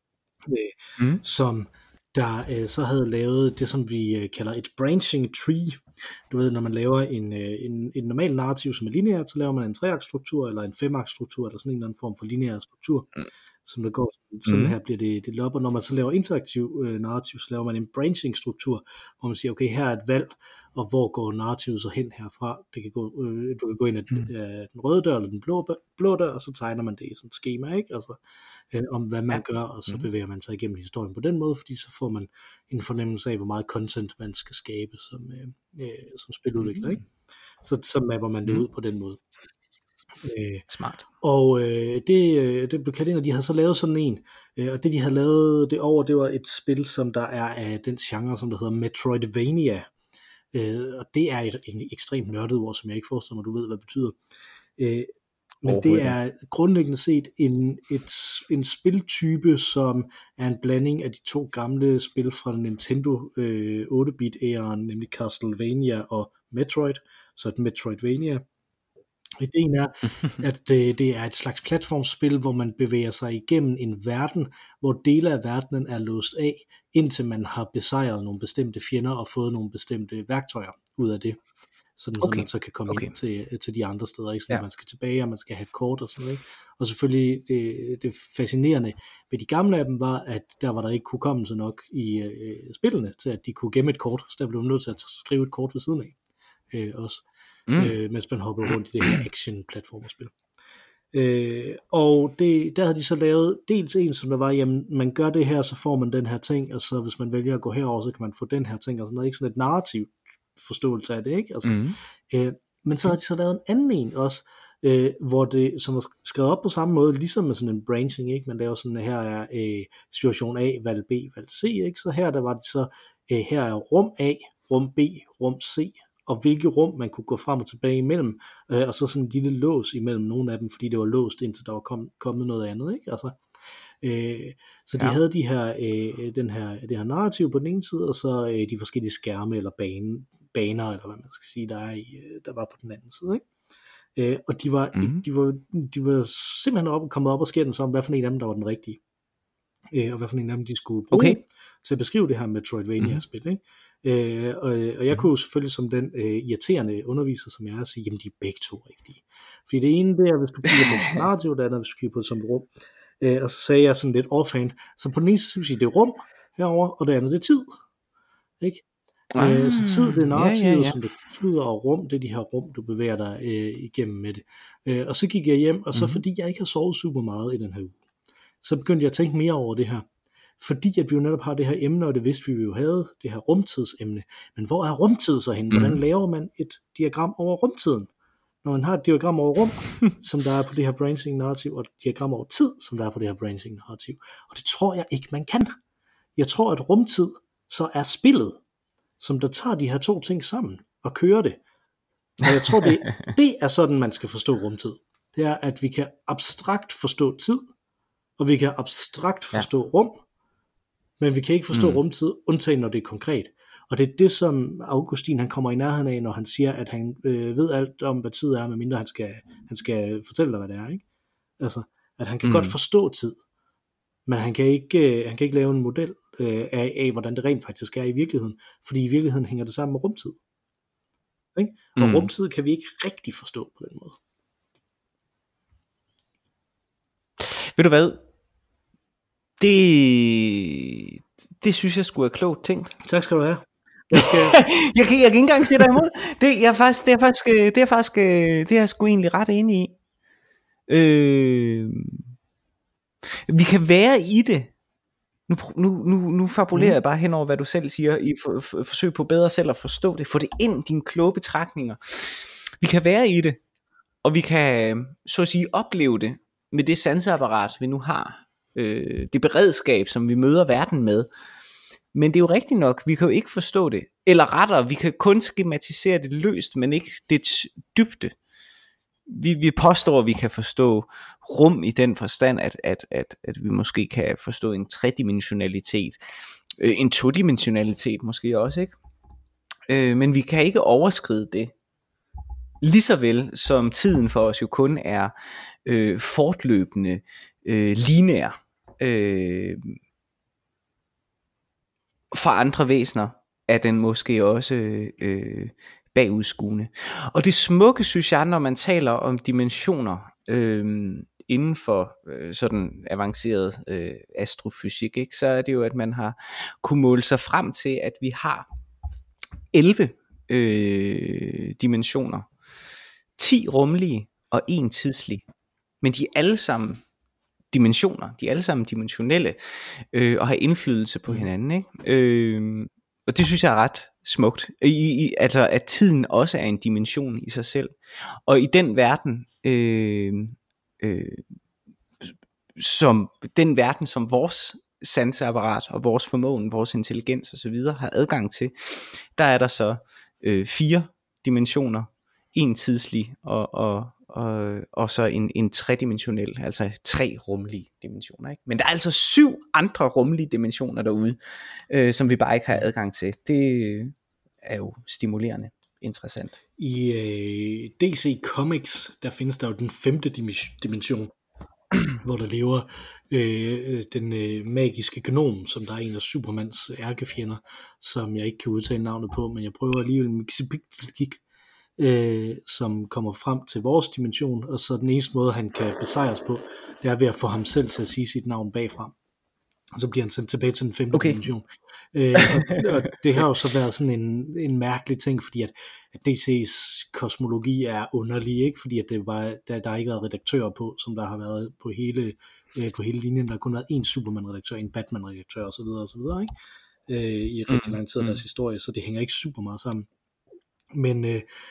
som der så havde lavet det, som vi kalder et branching tree. Du ved, når man laver en normal narrativ, som er lineær, så laver man en 3-akt-struktur, eller en 5-akt-struktur, eller sådan en eller anden form for lineær struktur, som der går sådan her bliver det delt op. Og når man så laver interaktiv narrativ, så laver man en branching-struktur, hvor man siger, okay, her er et valg, og hvor går narrativet så hen herfra? Det kan gå, du kan gå ind ad den røde dør, eller den blå dør, og så tegner man det i sådan et schema, ikke? Altså, om hvad man gør, og så bevæger man sig igennem historien på den måde, fordi så får man en fornemmelse af, hvor meget content man skal skabe som spiludvikler, ikke? Så mapper man det ud på den måde. Smart. Og det blev kaldt ind, og de havde så lavet sådan en, og det de havde lavet det over, det var et spil, som der er af den genre, som der hedder Metroidvania, og det er et ekstremt nørdet ord, som jeg ikke forestiller mig, du ved, hvad det betyder. Men det er grundlæggende set en spiltype, som er en blanding af de to gamle spil fra Nintendo 8-bit-æraen, nemlig Castlevania og Metroid, så et Metroidvania. Ideen er, at det er et slags platformspil, hvor man bevæger sig igennem en verden, hvor dele af verdenen er låst af, indtil man har besejret nogle bestemte fjender og fået nogle bestemte værktøjer ud af det. Sådan, så man så kan komme ind til de andre steder, ikke? Så man skal tilbage, og man skal have et kort og sådan noget, ikke? Og selvfølgelig det fascinerende ved de gamle af dem var, at der var der ikke hukommelse nok i spillene til, at de kunne gemme et kort, så der blev man nødt til at skrive et kort ved siden af også. Mens man hoppede rundt i det her action-platformerspil. Og der havde de så lavet dels en, som der var, jamen man gør det her, så får man den her ting, og så hvis man vælger at gå herover, så kan man få den her ting, og sådan noget, ikke sådan et narrativt forståelse af det, ikke? Altså, men så havde de så lavet en anden en også, hvor det, som er skrevet op på samme måde, ligesom med sådan en branching, ikke? Man laver sådan, her er situation A, valg B, valg C, ikke? Så her der var det så, her er rum A, rum B, rum C, og hvilke rum man kunne gå frem og tilbage imellem, og så sådan en lille lås imellem nogle af dem, fordi det var låst, indtil der var kommet noget andet, ikke? Altså, så de havde det her narrativ på den ene side, og så de forskellige skærme eller baner, eller hvad man skal sige, der var på den anden side, ikke? Og de var simpelthen kommet op og skændes om, hvad for en af dem, der var den rigtige, og hvad for en af dem, de skulle bruge til at beskrive det her Metroidvania-spil, ikke? Og jeg kunne jo selvfølgelig som den irriterende underviser, som jeg er, sige, jamen de er begge to rigtige. Fordi det ene, det er, hvis du kigger på narrativ, det andet, hvis du kigger på det som et rum. Og så sagde jeg sådan lidt offhand, så på den ene side, sige, det er rum herover, og det andet, det er tid. Ikke? Så tid, det er narrativet, som det flyder, og rum, det er de her rum, du bevæger dig igennem med det. Og så gik jeg hjem, og så fordi jeg ikke har sovet super meget i den her uge, så begyndte jeg at tænke mere over det her. Fordi at vi jo netop har det her emne, og det vidste vi jo havde, det her rumtidsemne. Men hvor er rumtid så henne? Hvordan laver man et diagram over rumtiden? Når man har et diagram over rum, som der er på det her branching narrativ, og et diagram over tid, som der er på det her branching narrativ. Og det tror jeg ikke, man kan. Jeg tror, at rumtid så er spillet, som der tager de her to ting sammen og kører det. Og jeg tror, det er sådan, man skal forstå rumtid. Det er, at vi kan abstrakt forstå tid, og vi kan abstrakt forstå rum, men vi kan ikke forstå rumtid, undtagen når det er konkret. Og det er det, som Augustin han kommer i nærheden af, når han siger, at han ved alt om, hvad tid er, medmindre han skal fortælle dig, hvad det er, ikke? Altså, at han kan godt forstå tid, men han kan ikke lave en model af, hvordan det rent faktisk er i virkeligheden, fordi i virkeligheden hænger det sammen med rumtid. Ikke? Og rumtid kan vi ikke rigtig forstå på den måde. Ved du hvad? Det synes jeg skulle være klogt tænkt. Tak skal du have. Jeg kan ikke engang sige dig imod. Det er jeg sgu egentlig ret enig i. Vi kan være i det. Nu fabulerer jeg bare hen over hvad du selv siger i forsøg på bedre selv at forstå det. Få det ind dine kloge betragtninger. Vi kan være i det, og vi kan så at sige opleve det med det sanseapparat vi nu har. Det beredskab som vi møder verden med. Men det er jo rigtigt nok, vi kan jo ikke forstå det. Eller rettere, vi kan kun skematisere det løst, men ikke det dybde. Vi påstår, at vi kan forstå rum i den forstand, at vi måske kan forstå en tredimensionalitet. En todimensionalitet måske også, ikke? Men vi kan ikke overskride det. Ligeså vel som tiden for os jo kun er fortløbende lineær. For andre væsener er den måske også bagudskuende. Og det smukke, synes jeg, når man taler om dimensioner inden for sådan avanceret astrofysik, ikke, så er det jo, at man har kunne måle sig frem til, at vi har 11 dimensioner. 10 rumlige og 1 tidslig. Men de er alle sammen dimensioner, de er alle sammen dimensionelle og har indflydelse på hinanden, ikke? Og det synes jeg er ret smukt, altså at tiden også er en dimension i sig selv, og i den verden som vores sanseapparat og vores formåen, vores intelligens og så videre har adgang til, der er der så 4 dimensioner, 1 tidslig og så en tredimensionel, altså 3 rumlige dimensioner, ikke? Men der er altså 7 andre rumlige dimensioner derude, som vi bare ikke har adgang til. Det er jo stimulerende interessant. I DC Comics, der findes der jo den 5. dimension, hvor der lever den magiske gnom, som der er en af Supermans ærkefjender, som jeg ikke kan udtale navnet på, men jeg prøver alligevel som kommer frem til vores dimension, og så den eneste måde han kan besejres på, det er ved at få ham selv til at sige sit navn bagfra, og så bliver han sendt tilbage til den 5. dimension. Og det har jo så været sådan en mærkelig ting, fordi at DC's kosmologi er underlig, ikke? Fordi at der har ikke været redaktører på, som der har været på hele linjen. Der har kun været en Superman-redaktør, en Batman-redaktør osv., ikke? I rigtig lang tid af deres historie, så det hænger ikke super meget sammen. Men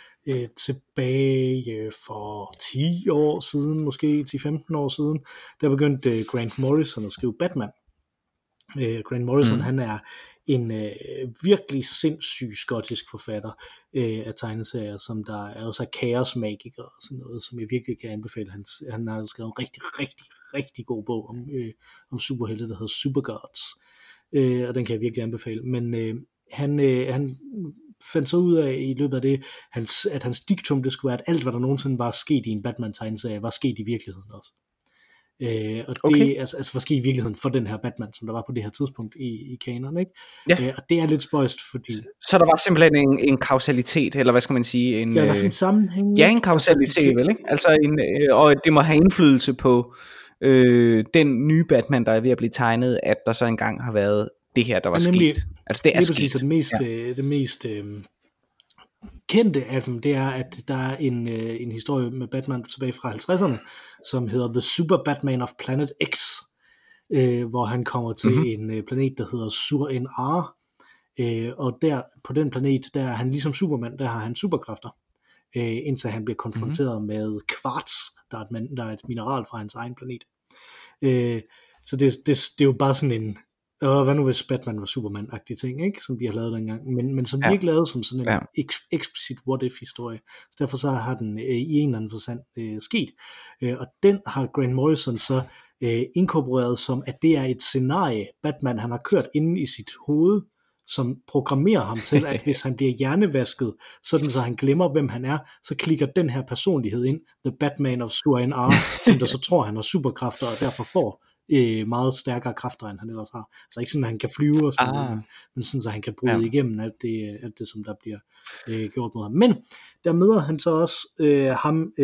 tilbage for 10 år siden, måske 10-15 år siden, der begyndte Grant Morrison at skrive Batman. Grant Morrison, han er en virkelig sindssyg skottisk forfatter af tegneserier, som der er også Chaos Magiker og sådan noget, som jeg virkelig kan anbefale. Han har skrevet en rigtig, rigtig, rigtig god bog om superhelte, der hedder Supergods, og den kan jeg virkelig anbefale. Men han fandt så ud af i løbet af det, at hans diktum, det skulle være, at alt, hvad der nogensinde var sket i en Batman-tegneserie, var sket i virkeligheden også. Og det altså var sket i virkeligheden for den her Batman, som der var på det her tidspunkt i kanon, ikke? Ja. Og det er lidt spøjst, fordi... Så der var simpelthen en kausalitet, eller hvad skal man sige? Ja, der er en sammenhæng. Ja, en kausalitet, vel, ikke? Altså og det må have indflydelse på den nye Batman, der er ved at blive tegnet, at der så engang har været det her, der var sket. Altså det er sket. Det mest kendte af dem, det er, at der er en historie med Batman tilbage fra 50'erne, som hedder The Super Batman of Planet X, hvor han kommer til en planet, der hedder Sur-En-Ar, og der på den planet, der er han ligesom Superman, der har han superkræfter, indtil han bliver konfronteret med kvarts, der er et mineral fra hans egen planet. Så det er jo bare sådan en hvad nu hvis Batman var Superman-agtig ting, ikke? Som de har lavet dengang, men som de ikke lavede som sådan en eksplicit what-if-historie. Så derfor så har den i en eller anden forstand sket. Og den har Grant Morrison så inkorporeret som, at det er et scenarie, Batman han har kørt inde i sit hoved, som programmerer ham til, at hvis han bliver hjernevasket, sådan så han glemmer, hvem han er, så klikker den her personlighed ind, The Batman of Sur-En-Ar, som der så tror, han har superkræfter, og derfor får meget stærkere kræfter, end han ellers har. Så ikke sådan, at han kan flyve og sådan noget, men sådan, at han kan bryde igennem alt det, som der bliver gjort mod ham. Men der møder han så også ham,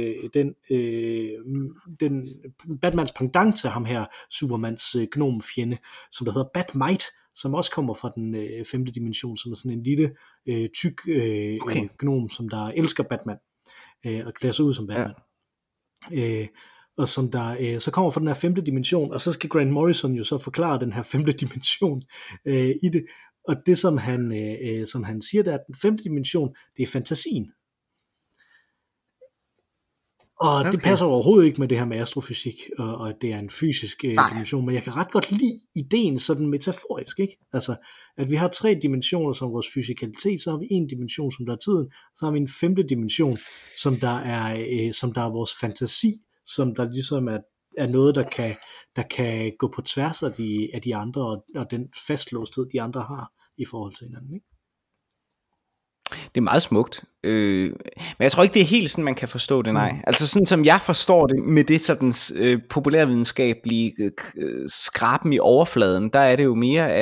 den Batmans pendant til ham her, Supermans gnomfjende, som der hedder Bat-Mite, som også kommer fra den 5. dimension, som er sådan en lille, tyk gnom, som der elsker Batman, og klæder sig ud som Batman. Og som der så kommer fra den her 5. dimension, og så skal Grant Morrison jo så forklare den her 5. dimension i det. Og det, som han siger, det er, at den 5. dimension, det er fantasien. Og det passer overhovedet ikke med det her med astrofysik, og at det er en fysisk dimension, men jeg kan ret godt lide ideen sådan metaforisk, ikke? Altså, at vi har 3 dimensioner som vores fysikalitet, så har vi en dimension, som der er tiden, så har vi en 5. dimension, som der er vores fantasi, som der ligesom er noget, der kan gå på tværs af de andre, og den fastlåsthed, de andre har i forhold til hinanden, ikke? Det er meget smukt, men jeg tror ikke, det er helt sådan, man kan forstå det, nej. Altså sådan som jeg forstår det, med det sådan populærvidenskabelige skraben i overfladen, der er det jo mere,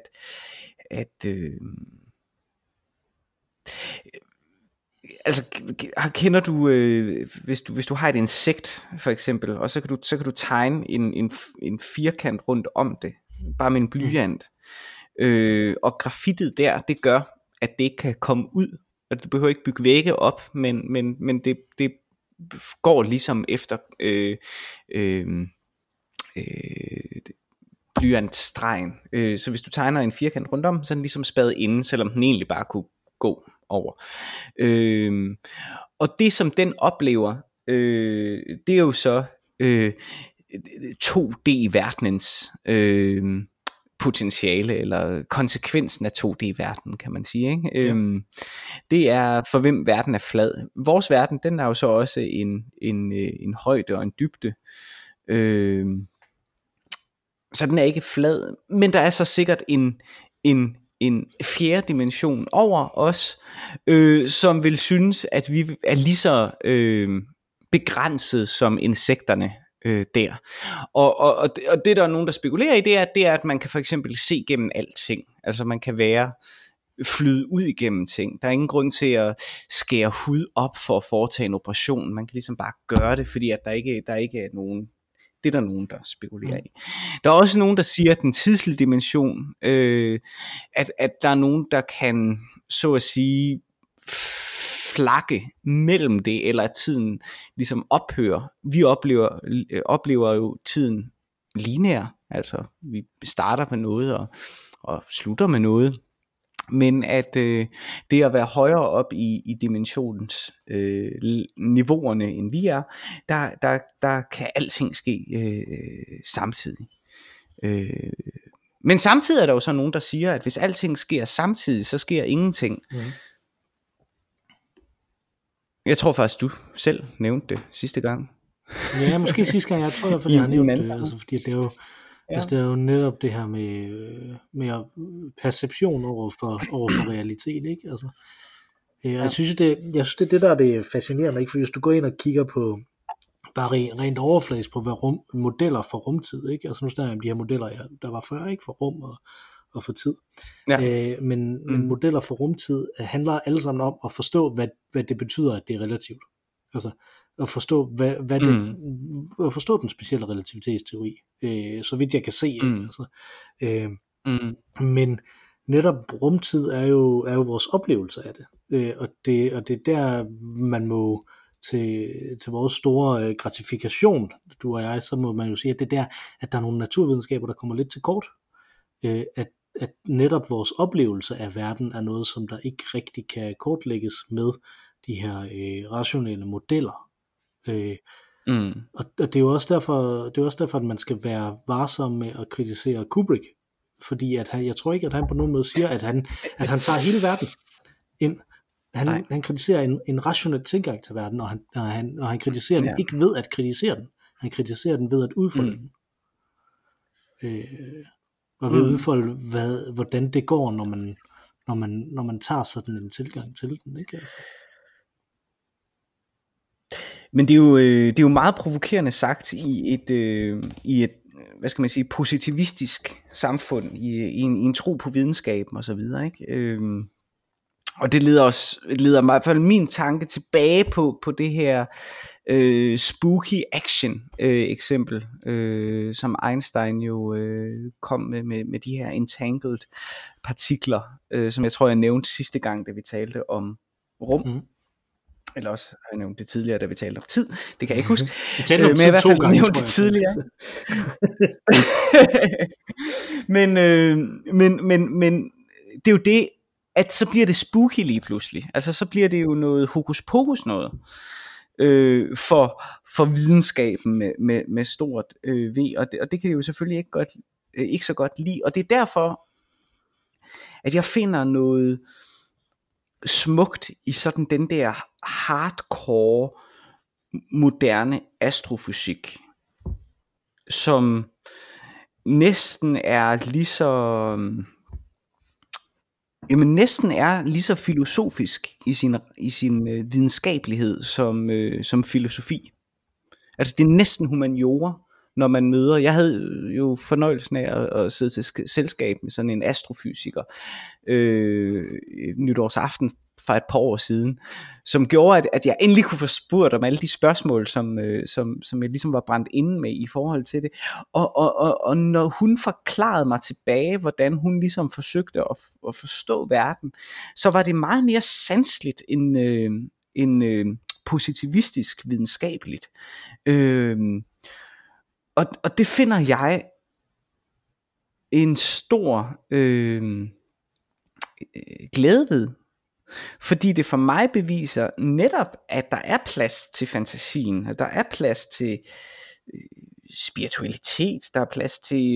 altså kender du, hvis du har et insekt for eksempel, og så kan du tegne en firkant rundt om det, bare med en blyant, og grafittet der, det gør, at det ikke kan komme ud, og det behøver ikke bygge vægge op, men det går ligesom efter blyantstregen. Så hvis du tegner en firkant rundt om, så er den ligesom spadet inde, selvom den egentlig bare kunne gå over. Og det som den oplever, det er jo så 2D-verdenens potentiale, eller konsekvensen af 2D-verdenen, kan man sige, ikke? Ja. Det er for hvem verden er flad. Vores verden, den er jo så også en højde og en dybde. Så den er ikke flad, men der er så sikkert en fjerde dimension over os, som vil synes, at vi er lige så begrænset som insekterne der. Og det der er nogen der spekulerer i, det er at man kan for eksempel se gennem alting. Altså man kan flyde ud igennem ting. Der er ingen grund til at skære hud op for at foretage en operation. Man kan ligesom bare gøre det, fordi at der ikke er nogen. Det er der nogen der spekulerer i. Der er også nogen der siger at den tidslige dimension, at der er nogen der kan så at sige flakke mellem det, eller at tiden ligesom ophører. Vi oplever jo tiden lineær, altså vi starter med noget og slutter med noget, men at det at være højere op i dimensionens niveauerne end vi er, der kan alting ske samtidig. Men samtidig er der jo så nogen der siger at hvis alting sker samtidig, så sker ingenting. Jeg tror faktisk du selv nævnte det sidste gang. Ja, måske sidste gang. Jeg tror fordi jeg har nævnt det, altså, fordi det er jo det er jo netop det her med perception over for realitet, ikke? Altså, jeg synes det er det der er det fascinerende, ikke? For hvis du går ind og kigger på bare rent overfladisk på hvad modeller for rumtid, ikke? Altså nu snakker jeg om de her modeller der var før, ikke, for rum og for tid. Ja. Men modeller for rumtid handler alle sammen om at forstå hvad det betyder at det er relativt. Altså at forstå hvad det, at forstå den specielle relativitetsteori, så vidt jeg kan se, ikke? Altså, men netop rumtid er jo vores oplevelse af det, og det er der man må til vores store gratifikation, du og jeg, så må man jo sige at det er der at der er nogle naturvidenskaber der kommer lidt til kort, at netop vores oplevelse af verden er noget som der ikke rigtig kan kortlægges med de her rationelle modeller. Og det er jo også derfor at man skal være varsom med at kritisere Kubrick, fordi at jeg tror ikke at han på nogen måde siger at han tager hele verden ind. Han kritiserer en rationel tilgang til verden, og han kritiserer den ikke ved at kritisere den. Han kritiserer den ved at udfolde den. Og ved at udfolde hvordan det går når man tager sådan en tilgang til den, ikke? Altså. Men det er jo meget provokerende sagt i et hvad skal man sige, positivistisk samfund i en tro på videnskaben og så videre, ikke? Og det leder mig i hvert fald min tanke tilbage på det her spooky action eksempel, som Einstein jo kom med de her entangled partikler, som jeg tror jeg nævnte sidste gang, da vi talte om rum. Eller også har jeg nævnt det tidligere, da vi talte om tid. Det kan jeg ikke huske. Vi talte om men tid jeg i hvert fald 2 gange, nævnt det tidligere. men det er jo det, at så bliver det spooky lige pludselig. Altså så bliver det jo noget hokus pokus noget. For videnskaben med stort V, og det kan jeg jo selvfølgelig ikke så godt lide. Og det er derfor, at jeg finder noget smukt i sådan den der hardcore moderne astrofysik, som næsten er lige så filosofisk i sin videnskabelighed som filosofi. Altså det er næsten humaniora, når man møder. Jeg havde jo fornøjelsen af at sidde til selskab med sådan en astrofysiker nytårsaften for et par år siden, som gjorde, at jeg endelig kunne få spurgt om alle de spørgsmål, som jeg ligesom var brændt inde med i forhold til det. Og når hun forklarede mig tilbage, hvordan hun ligesom forsøgte at forstå verden, så var det meget mere sanseligt end positivistisk videnskabeligt. Og det finder jeg en stor glæde ved, fordi det for mig beviser netop, at der er plads til fantasien, at der er plads til spiritualitet, der er plads til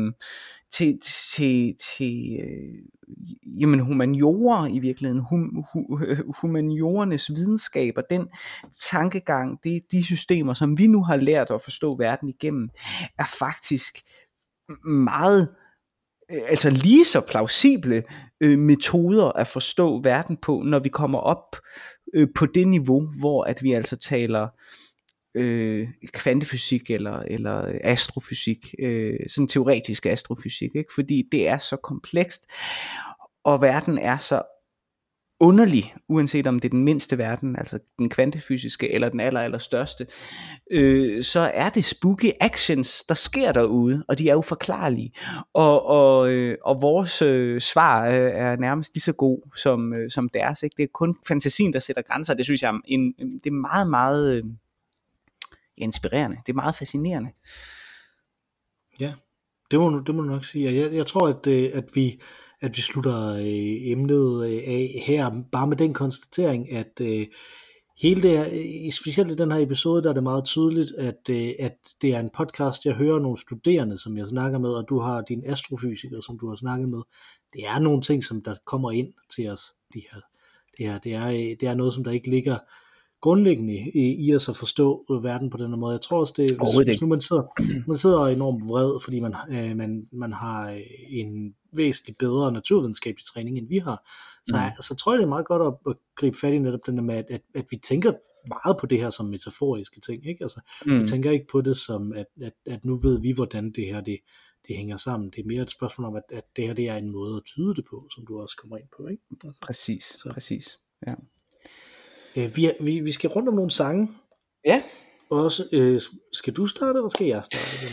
jamen humaniora i virkeligheden, humaniorernes videnskab og den tankegang, de systemer, som vi nu har lært at forstå verden igennem, er faktisk meget, altså lige så plausible metoder at forstå verden på, når vi kommer op på det niveau, hvor at vi altså taler kvantefysik eller astrofysik, sådan teoretisk astrofysik, ikke? Fordi det er så komplekst, og verden er så underlig, uanset om det er den mindste verden, altså den kvantefysiske eller den allerstørste, så er det spooky actions, der sker derude, og de er uforklarlige, og vores svar er nærmest lige så god som deres, ikke? Det er kun fantasien, der sætter grænser. Det synes jeg det er meget, meget inspirerende. Det er meget fascinerende. Ja, det må du nok sige. Jeg tror, at vi slutter emnet af her, bare med den konstatering, at hele det her, specielt i den her episode, der er det meget tydeligt, at det er en podcast, jeg hører nogle studerende, som jeg snakker med, og du har din astrofysiker, som du har snakket med. Det er nogle ting, som der kommer ind til os. Det er noget, som der ikke ligger grundlæggende i os at forstå verden på den måde. Jeg tror også, hvis nu man sidder enormt vred, fordi man har en væsentligt bedre naturvidenskabelig træning, end vi har, så tror jeg, det er meget godt at gribe fat i netop den der med, at vi tænker meget på det her som metaforiske ting, ikke? Altså, vi tænker ikke på det som, at nu ved vi, hvordan det her det hænger sammen. Det er mere et spørgsmål om, at det her det er en måde at tyde det på, som du også kommer ind på, ikke? Altså, Præcis. Ja. Vi skal rundt om nogle sange. Ja. Også, skal du starte, eller skal jeg starte?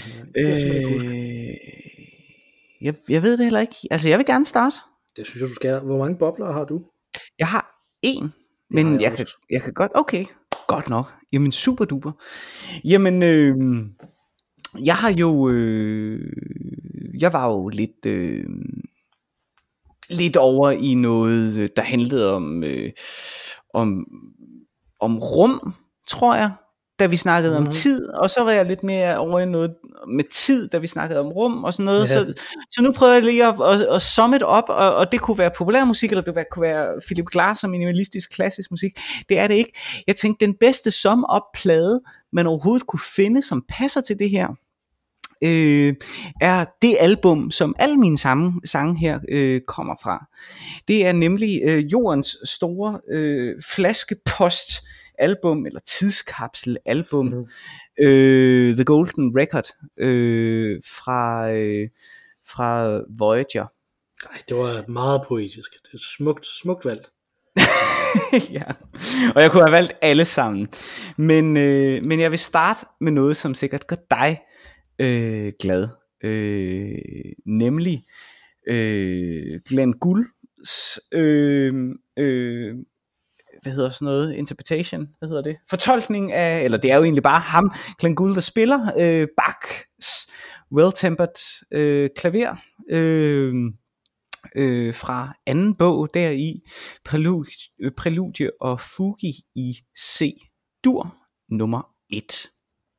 Jeg ved det heller ikke. Altså, jeg vil gerne starte. Det synes jeg, du skal. Hvor mange bobler har du? Jeg har 1, men jeg kan godt. Okay, godt nok. Jamen, super duper. Jamen, jeg har jo... jeg var jo lidt over i noget, der handlede om rum, tror jeg, da vi snakkede om tid, og så var jeg lidt mere over i noget med tid, da vi snakkede om rum og sådan noget, så nu prøver jeg lige at summe it op, og det kunne være populærmusik, eller det kunne være Philip Glass og minimalistisk klassisk musik. Det er det ikke. Jeg tænkte, den bedste sum op plade, man overhovedet kunne finde, som passer til det her, er det album, som alle mine sange her kommer fra. Det er nemlig jordens store flaskepost album, eller tidskapsel-album, The Golden Record, fra Voyager. Ej, det var meget poetisk. Det er smukt valgt. Ja, og jeg kunne have valgt alle sammen. Men jeg vil starte med noget, som sikkert gør dig glad. Nemlig Glenn Goulds hvad hedder sådan noget, interpretation, hvad hedder det, fortolkning af, eller det er jo egentlig bare ham, Glenn Gould, der spiller Bachs Well-Tempered klaver fra anden bog deri, Præludium og Fugi i C-dur nummer 1.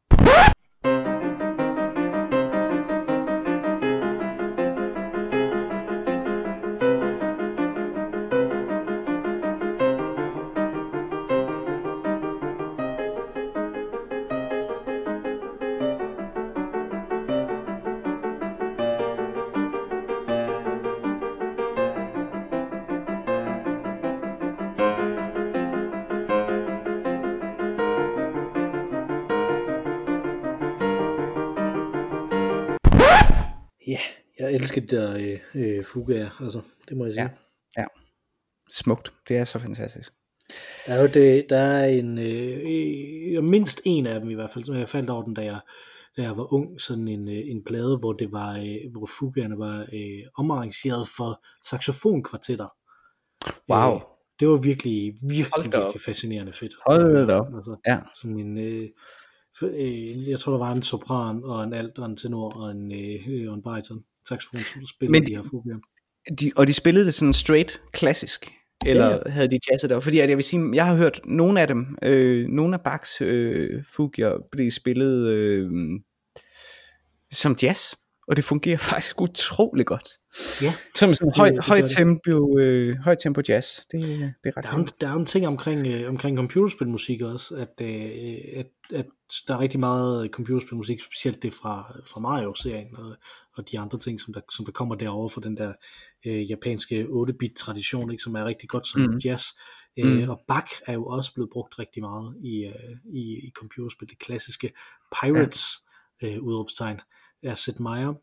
Ja, jeg elsker det der fugaer, altså, det må jeg sige. Ja, smukt, det er så fantastisk. Der er jo der er mindst en af dem i hvert fald, som jeg faldt over den, da jeg var ung, sådan en plade, hvor det var, hvor fugaerne var omarrangeret for saxofonkvartetter. Wow. Det var virkelig fascinerende fedt. Hold da op. Altså, ja. Sådan jeg tror der var en sopran og en alt og en tenor og en bariton saxofon, som spillede de her fugaer. Og de spillede det sådan straight klassisk, eller havde de jazzet der? Fordi at jeg vil sige, jeg har hørt nogle af dem, nogle af Bachs fugier blive spillet som jazz, og det fungerer faktisk utrolig godt. Ja. Som sådan høj tempo jazz. Det er ret der er en ting omkring computerspilmusik også, at der er rigtig meget computerspilmusik, specielt det fra Mario-serien og de andre ting, som der kommer derover for den der japanske 8-bit tradition, ikke, som er rigtig godt som jazz. Og Bach er jo også blevet brugt rigtig meget i computerspil, det klassiske Pirates udråbstegn af Sid Meier.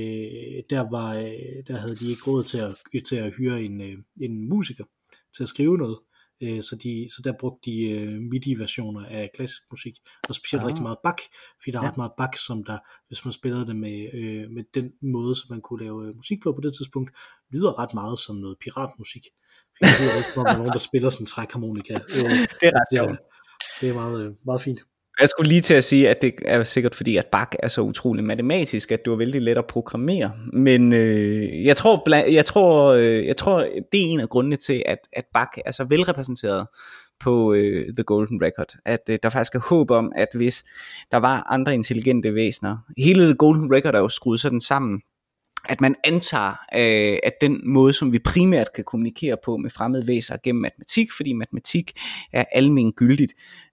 Der havde de ikke råd til at hyre en musiker til at skrive noget. Så der brugte de MIDI-versioner af klassisk musik, og specielt rigtig meget Bach, fordi der er ret meget Bach, som der, hvis man spiller det med den måde, som man kunne lave musik på det tidspunkt, lyder ret meget som noget piratmusik. Fordi det er rigtig meget nogen, der spiller sådan en trækharmonika. Det er ret sjovt. Det er meget, meget fint. Jeg skulle lige til at sige, at det er sikkert fordi, at Bach er så utrolig matematisk, at det var vældig let at programmere. Men jeg tror, det er en af grundene til, at Bach er så velrepræsenteret på The Golden Record. At der faktisk er håb om, at hvis der var andre intelligente væsener, hele The Golden Record er jo skruet sådan sammen, at man antager, at den måde, som vi primært kan kommunikere på med fremmede væsener gennem matematik, fordi matematik er almengyldigt.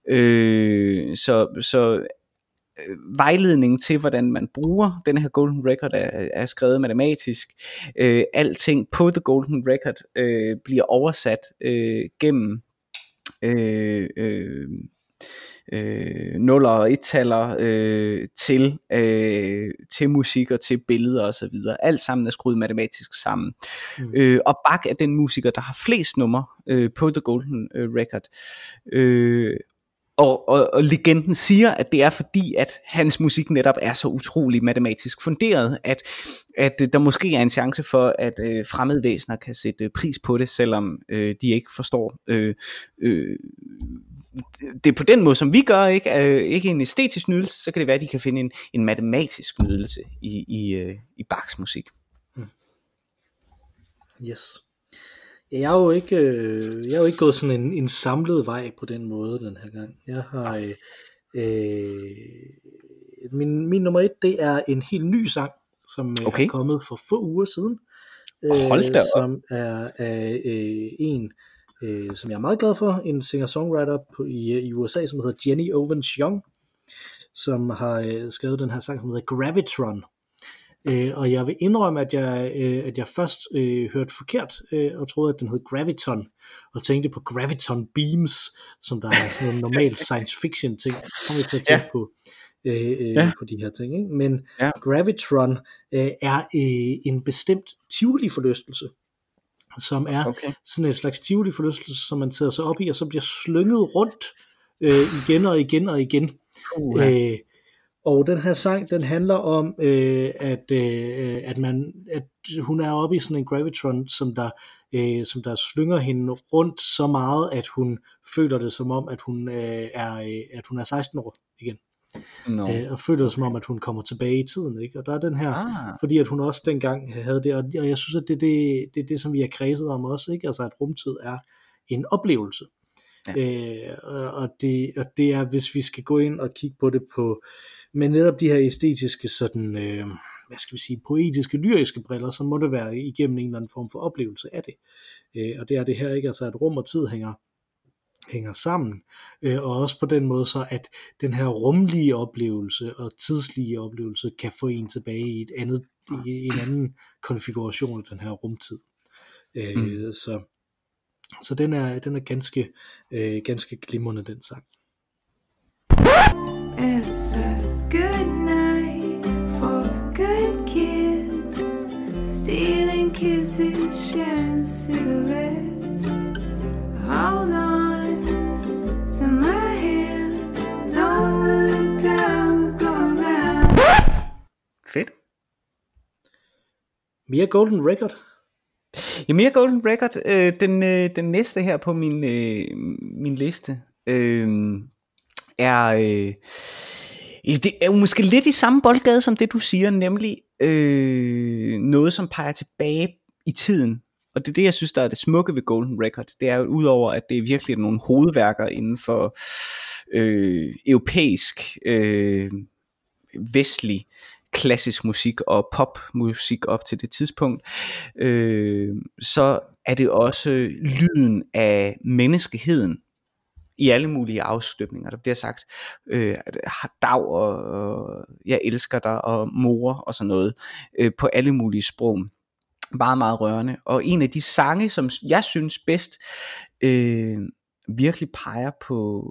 Så vejledningen til, hvordan man bruger den her Golden Record er skrevet matematisk. Alting på The Golden Record bliver oversat gennem nuller og ettaller til musik og til billeder og så videre. Alt sammen er skruet matematisk sammen. Og Bach er den musiker, der har flest numre på The Golden Record. Og legenden siger, at det er fordi, at hans musik netop er så utrolig matematisk funderet, at der måske er en chance for, at fremmede væsener kan sætte pris på det, selvom de ikke forstår det på den måde, som vi gør, ikke en æstetisk nydelse, så kan det være, at de kan finde en matematisk nydelse i Bachs musik. Yes. Jeg er jo ikke gået sådan en samlet vej på den måde den her gang. Jeg har min nummer 1, det er en helt ny sang, som er kommet for få uger siden. Som er en som jeg er meget glad for, en singer-songwriter i USA, som hedder Jenny Owens Young, som har skrevet den her sang, som hedder Gravitron. Og jeg vil indrømme, at jeg først hørte forkert og troede, at den hed Graviton, og tænkte på Graviton Beams, som der er sådan en normal science fiction ting. Så kommer vi til at tænke på de her ting. Ikke? Men Gravitron er en bestemt Tivoli-forlystelse, som er sådan en slags Tivoli-forlystelse, som man sætter sig op i, og så bliver slynget rundt igen og igen og igen. Og den her sang, den handler om, at hun er oppe i sådan en Gravitron, som der slynger hende rundt så meget, at hun føler det som om, at hun er 16 år igen. Og føler det som om, at hun kommer tilbage i tiden, ikke? Og der er den her, fordi at hun også dengang havde det, og jeg synes, at det er det, som vi har kredset om også, ikke? Altså at rumtid er en oplevelse. Og det er, hvis vi skal gå ind og kigge på det med netop de her æstetiske sådan, hvad skal vi sige, poetiske, lyriske briller, så må det være igennem en eller anden form for oplevelse af det. Og det er det her, ikke? Altså at rum og tid hænger sammen, og også på den måde så, at den her rumlige oplevelse og tidslige oplevelse kan få en tilbage i en anden konfiguration af den her rumtid. Så den er ganske glimrende, den sang. It's a good night for good kids, stealing kisses, sharing cigarettes. Hold on to my hand, don't look down, go around. Fedt. Mere Golden Record. Ja, mere Golden Record. Den næste her på min liste det er jo måske lidt i samme boldgade som det du siger, nemlig noget som peger tilbage i tiden. Og det er det, jeg synes, der er det smukke ved Golden Record. Det er jo udover, at det er virkelig nogle hovedværker inden for europæisk, vestlig klassisk musik og popmusik op til det tidspunkt, så er det også lyden af menneskeheden i alle mulige afstøbninger. Der bliver sagt dag og jeg elsker dig og mor og sådan noget på alle mulige sprog. Meget, meget rørende. Og en af de sange, som jeg synes bedst virkelig peger på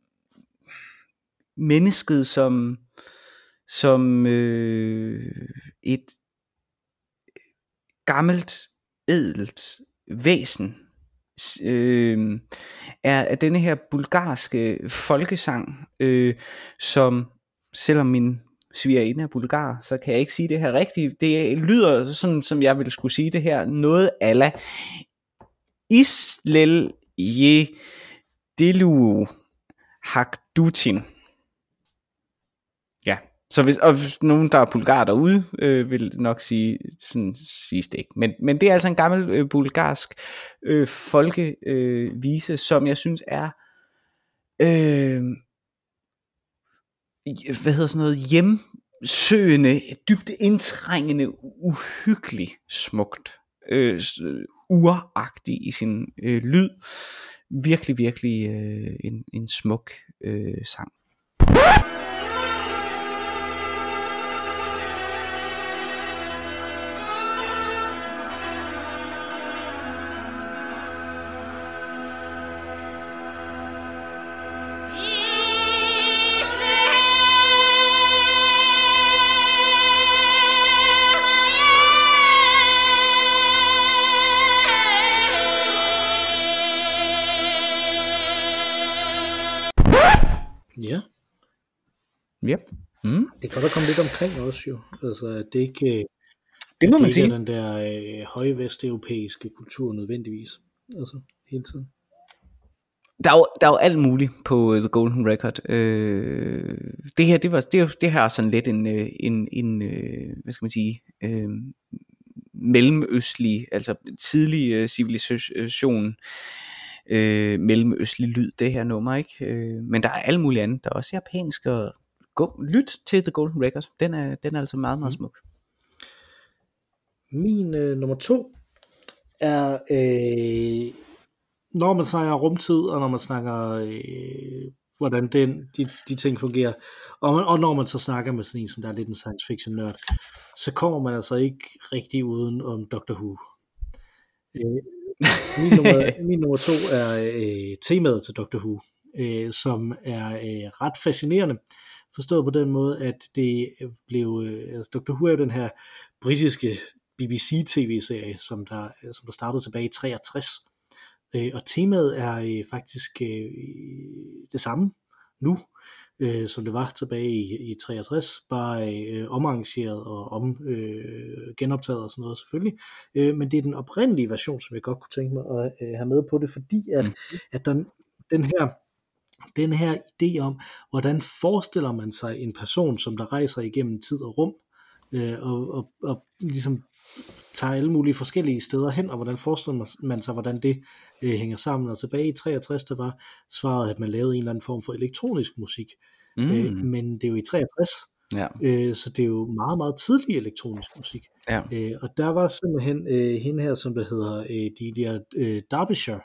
mennesket som et gammelt, ædelt væsen, er denne her bulgarske folkesang, som selvom min svigerinde er bulgar, så kan jeg ikke sige det her rigtigt. Det lyder sådan, som jeg ville skulle sige det her, noget ala Islel je delu hakdutin. Ja, så hvis nogen der er bulgar derude, vil nok sige sådan siges det ikke. Men det er altså en gammel bulgarsk folkevise, som jeg synes er hjemsøgende, dybt indtrængende, uhyggelig smukt, uragtig i sin lyd. Virkelig, virkelig en smuk sang. Ja. Yep. Mm. Det kan godt komme lidt omkring også jo. Altså, at det ikke, det må man ikke sige. er den der højvesteuropæiske kultur nødvendigvis. Altså, hele tiden. Der er jo alt muligt på The Golden Record. Det her er sådan lidt en hvad skal man sige, mellemøstlig, altså tidlig civilisation, mellemøstlig lyd, det her nummer, ikke? Men der er alt muligt andet. Der er også japansk, og lyt til The Golden Record. Den er altså meget, meget smuk. Min nummer 2 er når man snakker rumtid, og når man snakker hvordan de ting fungerer. Og når man så snakker med sådan en, som der er lidt en science fiction nørd, så kommer man altså ikke rigtig uden om Doctor Who. Min nummer 2 er temaet til Doctor Who, som er ret fascinerende, forstået på den måde, at det blev, altså Doctor Who er jo den her britiske BBC-tv-serie, som der startede tilbage i 63, og temaet er faktisk det samme nu, som det var tilbage i 63, bare omarrangeret og genoptaget og sådan noget selvfølgelig, men det er den oprindelige version, som jeg godt kunne tænke mig at have med på det, fordi at den her idé om, hvordan forestiller man sig en person, som der rejser igennem tid og rum, og ligesom tager alle mulige forskellige steder hen, og hvordan forestiller man sig, hvordan det hænger sammen. Og tilbage i 63, der var svaret, at man lavede en eller anden form for elektronisk musik. Men det er jo i 63, så det er jo meget, meget tidlig elektronisk musik. Og der var simpelthen hende her, som der hedder Delia Derbyshire,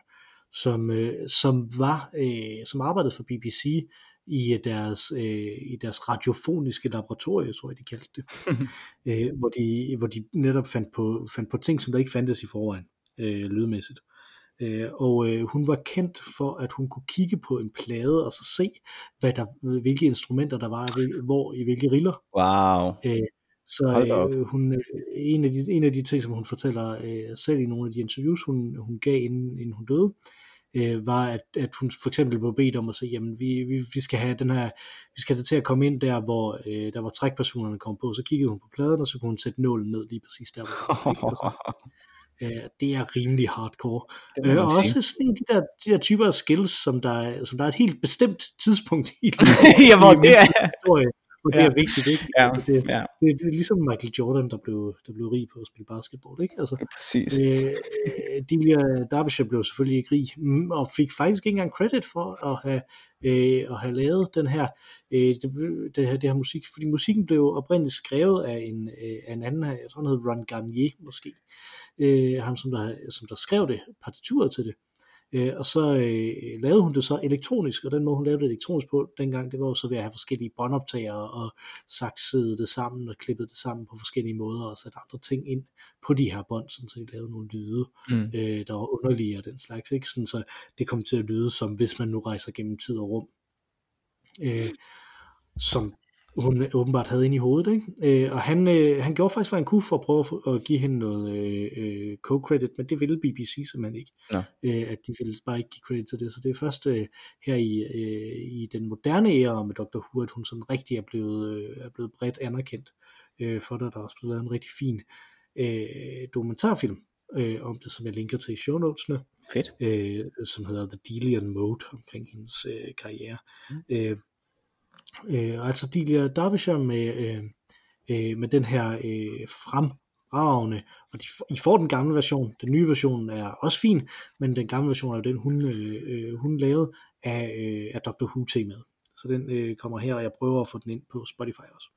som arbejdede for BBC i deres radiofoniske laboratorie, tror jeg de kaldte det, hvor de netop fandt på ting, som der ikke fandtes i forvejen lydmæssigt. Og hun var kendt for, at hun kunne kigge på en plade og så se, hvilke instrumenter der var, i hvilke riller. Wow. Hun en af de ting, som hun fortæller selv i nogle af de interviews, hun gav inden hun døde, var at hun for eksempel blev bedt om at sige, jamen vi skal have vi skal have det til at komme ind der, hvor trækpersonerne kom på. Så kiggede hun på pladen, og så kunne hun sætte nålen ned lige præcis der, hvor det er rimelig hardcore. Og også sådan de der typer af skills, som der er et helt bestemt tidspunkt i historie, og det er vigtigt, ikke? Altså det er ligesom Michael Jordan, der blev rig på at spille basketball, ikke? Altså, præcis. Delia Derbyshire blev selvfølgelig ikke rig, og fik faktisk ikke engang credit for at have lavet det her musik, fordi musikken blev oprindeligt skrevet af en anden, jeg tror han hed Ron Garnier måske, ham som der skrev det, partituret til det. Og så lavede hun det så elektronisk, og den måde hun lavede det elektronisk på dengang, det var jo så ved at have forskellige båndoptagere og saksede det sammen og klippede det sammen på forskellige måder og satte andre ting ind på de her bånd, sådan så de lavede nogle lyde, der var underlige og den slags, ikke? Sådan så det kom til at lyde som hvis man nu rejser gennem tid og rum, som hun åbenbart havde inde i hovedet, ikke? Og han gjorde faktisk, hvad han kunne for at prøve at give hende noget co-credit, men det ville BBC simpelthen ikke. At de ville bare ikke give credit til det. Så det er først her i den moderne æra med Dr. Who, at hun sådan rigtig er blevet bredt anerkendt for det. Der er også blevet lavet en rigtig fin dokumentarfilm om det, som jeg linker til i show notesene. Fedt. Som hedder The Delian Mode, omkring hendes karriere. Altså Delia Derbyshire med den her fremragende, og I får den gamle version, den nye version er også fin, men den gamle version er jo den hun lavede af Doctor Who temaet, så den kommer her, og jeg prøver at få den ind på Spotify også.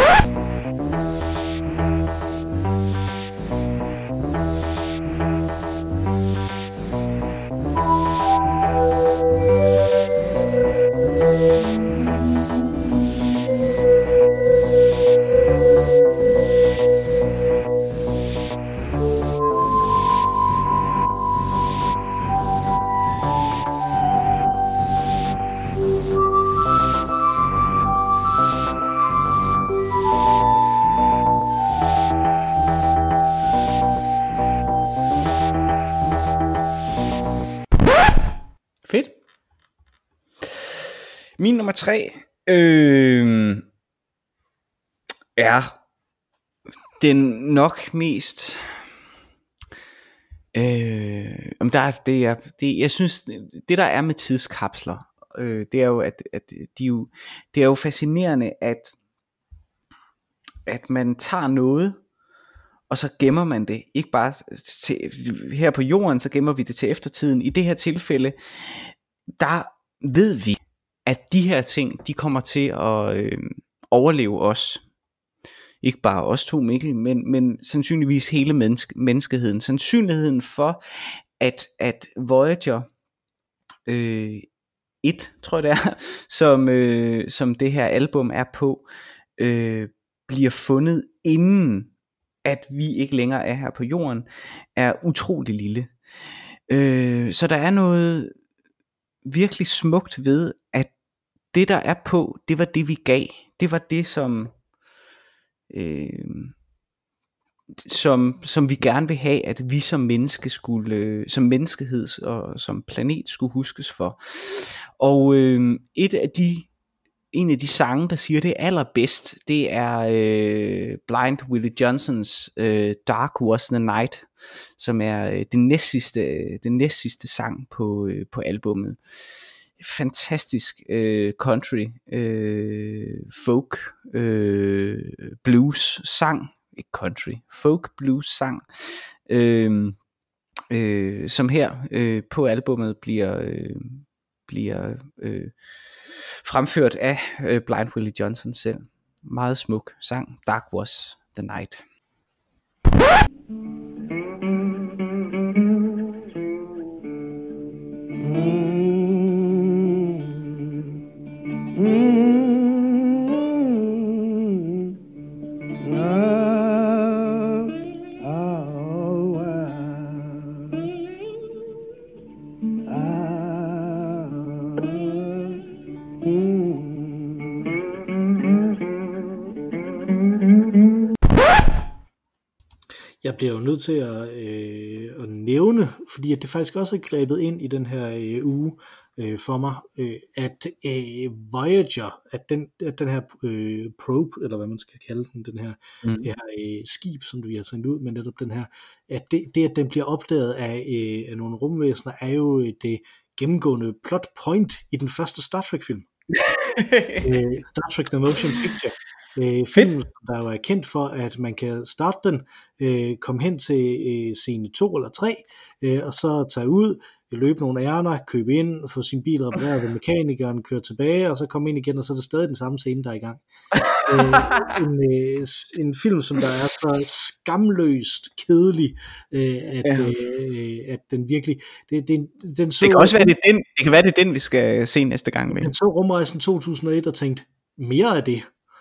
Fedt. Min nummer 3 er den nok mest jeg synes det der er med tidskapsler, det er jo at det er jo fascinerende at man tager noget og så gemmer man det ikke bare her på jorden, så gemmer vi det til eftertiden. I det her tilfælde, der ved vi, at de her ting, de kommer til at overleve os. Ikke bare os to, Mikkel, men sandsynligvis hele menneskeheden. Sandsynligheden for, at Voyager 1, tror jeg det er, som det her album er på, bliver fundet inden at vi ikke længere er her på jorden, er utrolig lille. Så der er noget virkelig smukt ved, at det der er på, det var det vi gav. Det var det som vi gerne vil have, at vi som menneske skulle, som menneskehed og som planet skulle huskes for. Og en af de sange, der siger det allerbedst, det er Blind Willie Johnsons Dark Was the Night, som er den næstsidste sang på albummet. Fantastisk country, folk, blues sang, ikke country, folk blues sang, som her på albummet bliver fremført af Blind Willie Johnson selv. Meget smuk sang, Dark Was the Night. Jeg bliver jo nødt til at nævne, fordi at det faktisk også er grebet ind i den her uge for mig, at Voyager, at den her probe, eller hvad man skal kalde den, det her skib, som vi har sendt ud, men netop den her, at det at den bliver opdaget af nogle rumvæsener, er jo det gennemgående plot point i den første Star Trek film. Star Trek The Motion Picture. Filmen, der jo er kendt for, at man kan starte den, komme hen til scene 2 eller 3, og så tage ud, løbe nogle ærner, købe ind, få sin bil repareret ved mekanikeren, køre tilbage, og så komme ind igen, og så er det stadig den samme scene, der er i gang. En film, som der er så skamløst kedelig, at den virkelig... Den så, det kan også være, det kan være, det er den, vi skal se næste gang med. Den så Rumrejsen 2001 og tænkte, mere af det.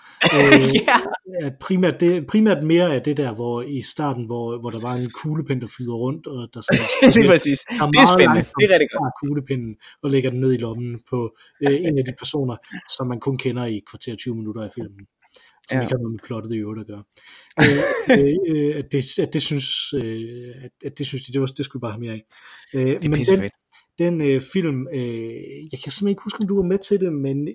Primært mere af det der, hvor i starten, hvor der var en kuglepen, der flyder rundt, og der lige præcis. Det er spændende. Det er rigtig godt. Kuglepinden og lægger den ned i lommen på en af de personer, som man kun kender i kvarter 20 minutter af filmen, som ikke har noget med plottet i øvrigt at gøre. Det synes de, det skulle bare have mere af. Det er men pissefedt. Den film, jeg kan simpelthen ikke huske, om du var med til det, men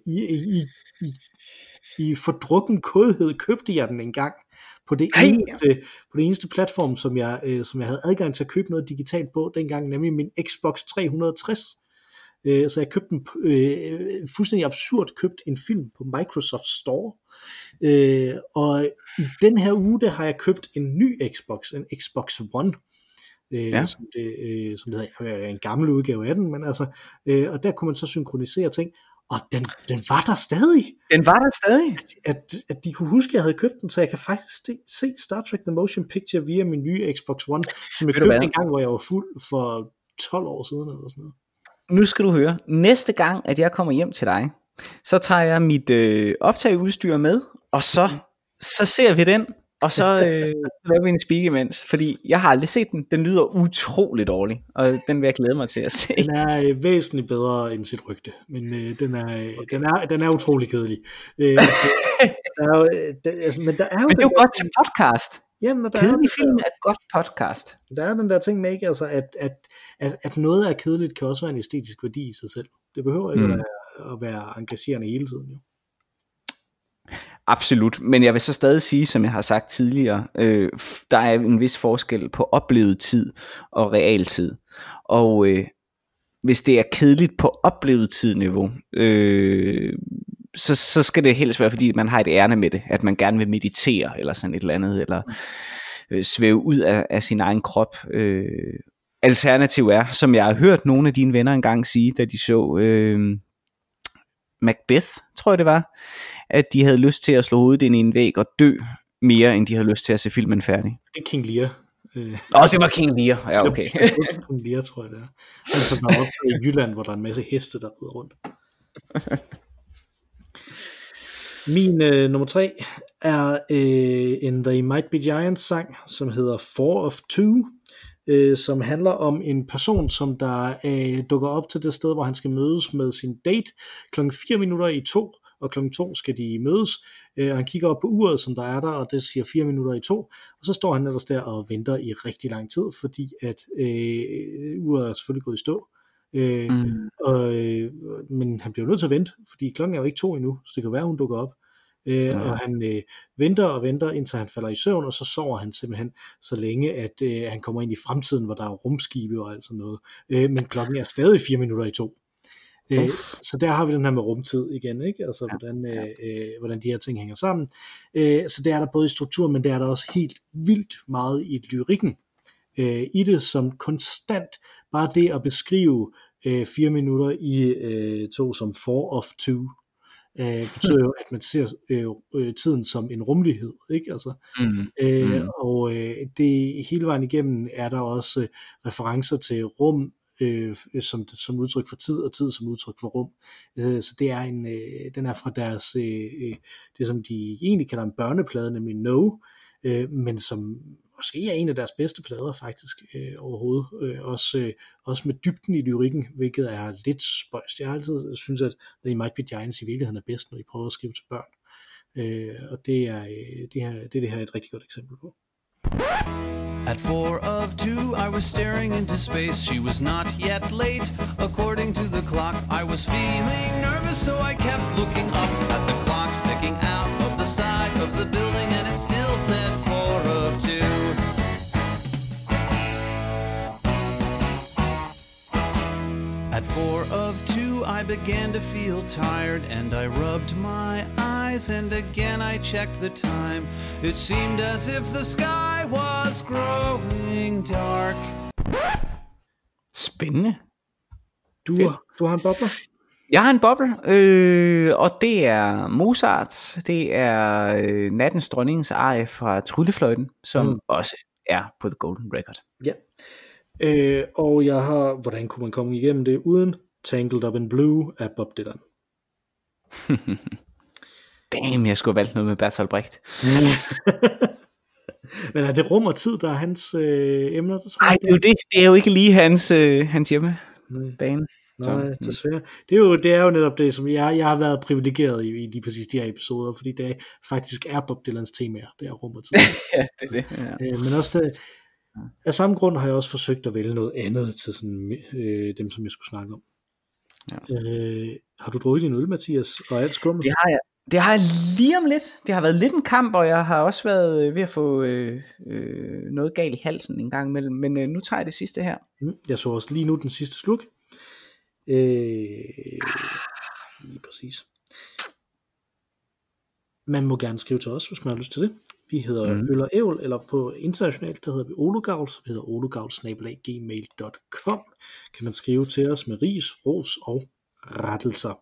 i fordrukken kodhed købte jeg den engang på det eneste platform, som jeg havde adgang til at købe noget digitalt på dengang, nemlig min Xbox 360. Så jeg købte den fuldstændig absurd købt en film på Microsoft Store. Og i den her uge, der har jeg købt en ny Xbox, en Xbox One. Som det hedder, en gammel udgave af den, men altså, og der kunne man så synkronisere ting. Og den var der stadig. Den var der stadig? At de kunne huske, at jeg havde købt den, så jeg kan faktisk se Star Trek The Motion Picture via min nye Xbox One, som jeg købte en gang, hvor jeg var fuld for 12 år siden eller sådan noget. Nu skal du høre. Næste gang, at jeg kommer hjem til dig, så tager jeg mit optageudstyr med, og så ser vi den, og så laver vi en speak imens, fordi jeg har aldrig set den. Den lyder utroligt dårlig, og den vil jeg glæde mig til at se. Den er væsentligt bedre end sit rygte, men den er utrolig kedelig. Men det er jo godt til podcast. Jamen, kedelig film er et godt podcast. Der er den der ting med, ikke? Altså, at noget er kedeligt, kan også være en æstetisk værdi i sig selv. Det behøver ikke at være engagerende hele tiden, jo. Absolut, men jeg vil så stadig sige, som jeg har sagt tidligere, der er en vis forskel på oplevet tid og realtid. Og hvis det er kedeligt på oplevet tidniveau, så skal det helst være, fordi man har et ærne med det, at man gerne vil meditere eller sådan et eller andet, eller svæve ud af sin egen krop. Alternativ er, som jeg har hørt nogle af dine venner engang sige, da de så Macbeth, tror jeg det var, at de havde lyst til at slå hovedet ind i en væg og dø mere, end de havde lyst til at se filmen færdig. Det er King Lear. Det var King Lear, ja okay. Det var King Lear, tror jeg det er. Altså, der er også i Jylland, hvor der er en masse heste, der rider rundt. Min nummer 3 er en They Might Be Giants sang, som hedder 4 of 2, som handler om en person, som der dukker op til det sted, hvor han skal mødes med sin date klokken 2:04, og klokken 2 skal de mødes, og han kigger op på uret, som der er der, og det siger 2:04, og så står han ellers der og venter i rigtig lang tid, fordi at uret er selvfølgelig gået i stå. Men han bliver nødt til at vente, fordi klokken er jo ikke 2 endnu, så det kan være, hun dukker op. Og han venter og venter, indtil han falder i søvn, og så sover han simpelthen så længe, at han kommer ind i fremtiden, hvor der er rumskibe og alt sådan noget. Men klokken er stadig 2:04. Så der har vi den her med rumtid igen, ikke? Altså hvordan de her ting hænger sammen. Så det er der både i struktur, men det er der også helt vildt meget i lyrikken i det, som konstant, bare det at beskrive 4 minutter i 2 som 4 of 2, betyder jo, at man ser tiden som en rumlighed, ikke? Altså, og det hele vejen igennem er der også referencer til rum, som udtryk for tid, og tid som udtryk for rum. Så det er den er fra deres det som de egentlig kalder en børneplade, nemlig No, men som måske er en af deres bedste plader faktisk overhovedet, også med dybden i lyrikken, hvilket er lidt spøjst. Jeg har altid synes, at They Might Be Giants i virkeligheden er bedst, når de prøver at skrive til børn, og det er det her et rigtig godt eksempel på. At 4 of 2, I was staring into space. She was not yet late. According to the clock, I was feeling nervous, so I kept looking up at the clock sticking out of the side of the building, and it still said 4 of 2. At 4 of 2, I began to feel tired, and I rubbed my eyes, and again I checked the time. It seemed as if the sky was growing dark. Spændende. Du har en bobler? Jeg har en boble, og det er Mozart. Det er Nattens dronningens arie fra Tryllefløjten, som også er på The Golden Record. Ja. Og jeg har, hvordan kunne man komme igennem det uden Tangled Up in Blue af Bob Dylan. Damn, jeg skulle have valgt noget med Bertolt Brecht. Men er det rum og tid, der er hans emner? Nej, det er jo det. Det er jo ikke lige hans hjemmebane. Nej, desværre. Det er jo netop det, som jeg har været privilegeret i lige præcis de her episoder, fordi det faktisk er Bob Dylans temaer, det er rum og tid. Ja, det er det. Ja. Men også det, af samme grund har jeg også forsøgt at vælge noget andet til sådan, dem, som jeg skulle snakke om. Ja. Har du drukket din øl, Mathias, og alt skummet? Det har jeg lige om lidt. Det har været lidt en kamp, og jeg har også været ved at få noget galt i halsen en gang imellem. Men nu tager jeg det sidste her. Jeg så også lige nu den sidste sluk. Lige præcis. Man må gerne skrive til os, hvis man har lyst til det. Vi hedder Øl og Ævl, eller på internationalt, der hedder vi Olugavl, så vi hedder olugavl@gmail.com. Kan man skrive til os med ris, ros og rettelser.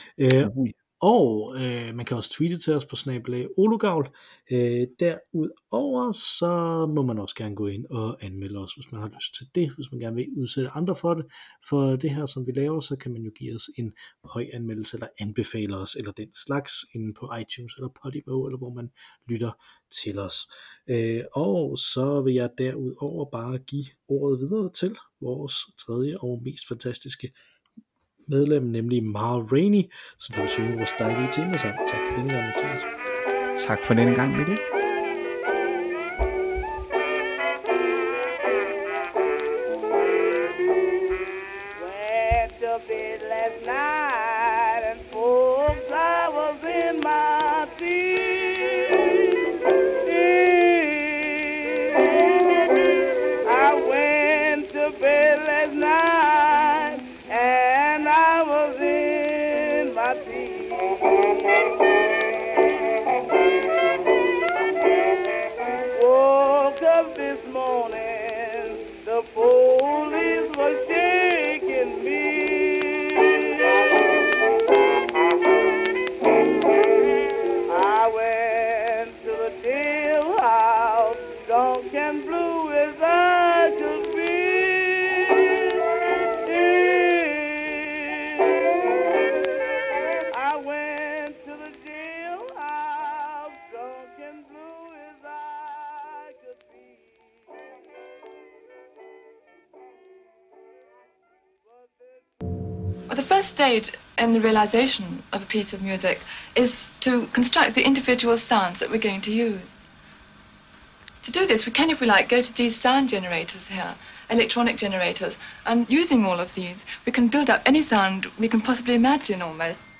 Og man kan også tweete til os på @olugavl. Derudover så må man også gerne gå ind og anmelde os, hvis man har lyst til det. Hvis man gerne vil udsætte andre for det her, som vi laver, så kan man jo give os en høj anmeldelse, eller anbefale os, eller den slags, inde på iTunes, eller Podimo, eller hvor man lytter til os. Og så vil jeg derudover bare give ordet videre til vores tredje og mest fantastiske medlem, nemlig Ma Rainey, som vil synge vores dejlige temasang. Tak for denne gang, Mathias. Tak for denne gang, Mikkel. Went to bed last night and folks, I was in my seat. I went to bed last night and I was in my seat. Woke up this morning, the police were shaking me. I went to the jailhouse, drunk and blue as I could be. stage in the realization of a piece of music is to construct the individual sounds that we're going to use. To do this, we can, if we like, go to these sound generators here, electronic generators, and using all of these, we can build up any sound we can possibly imagine almost.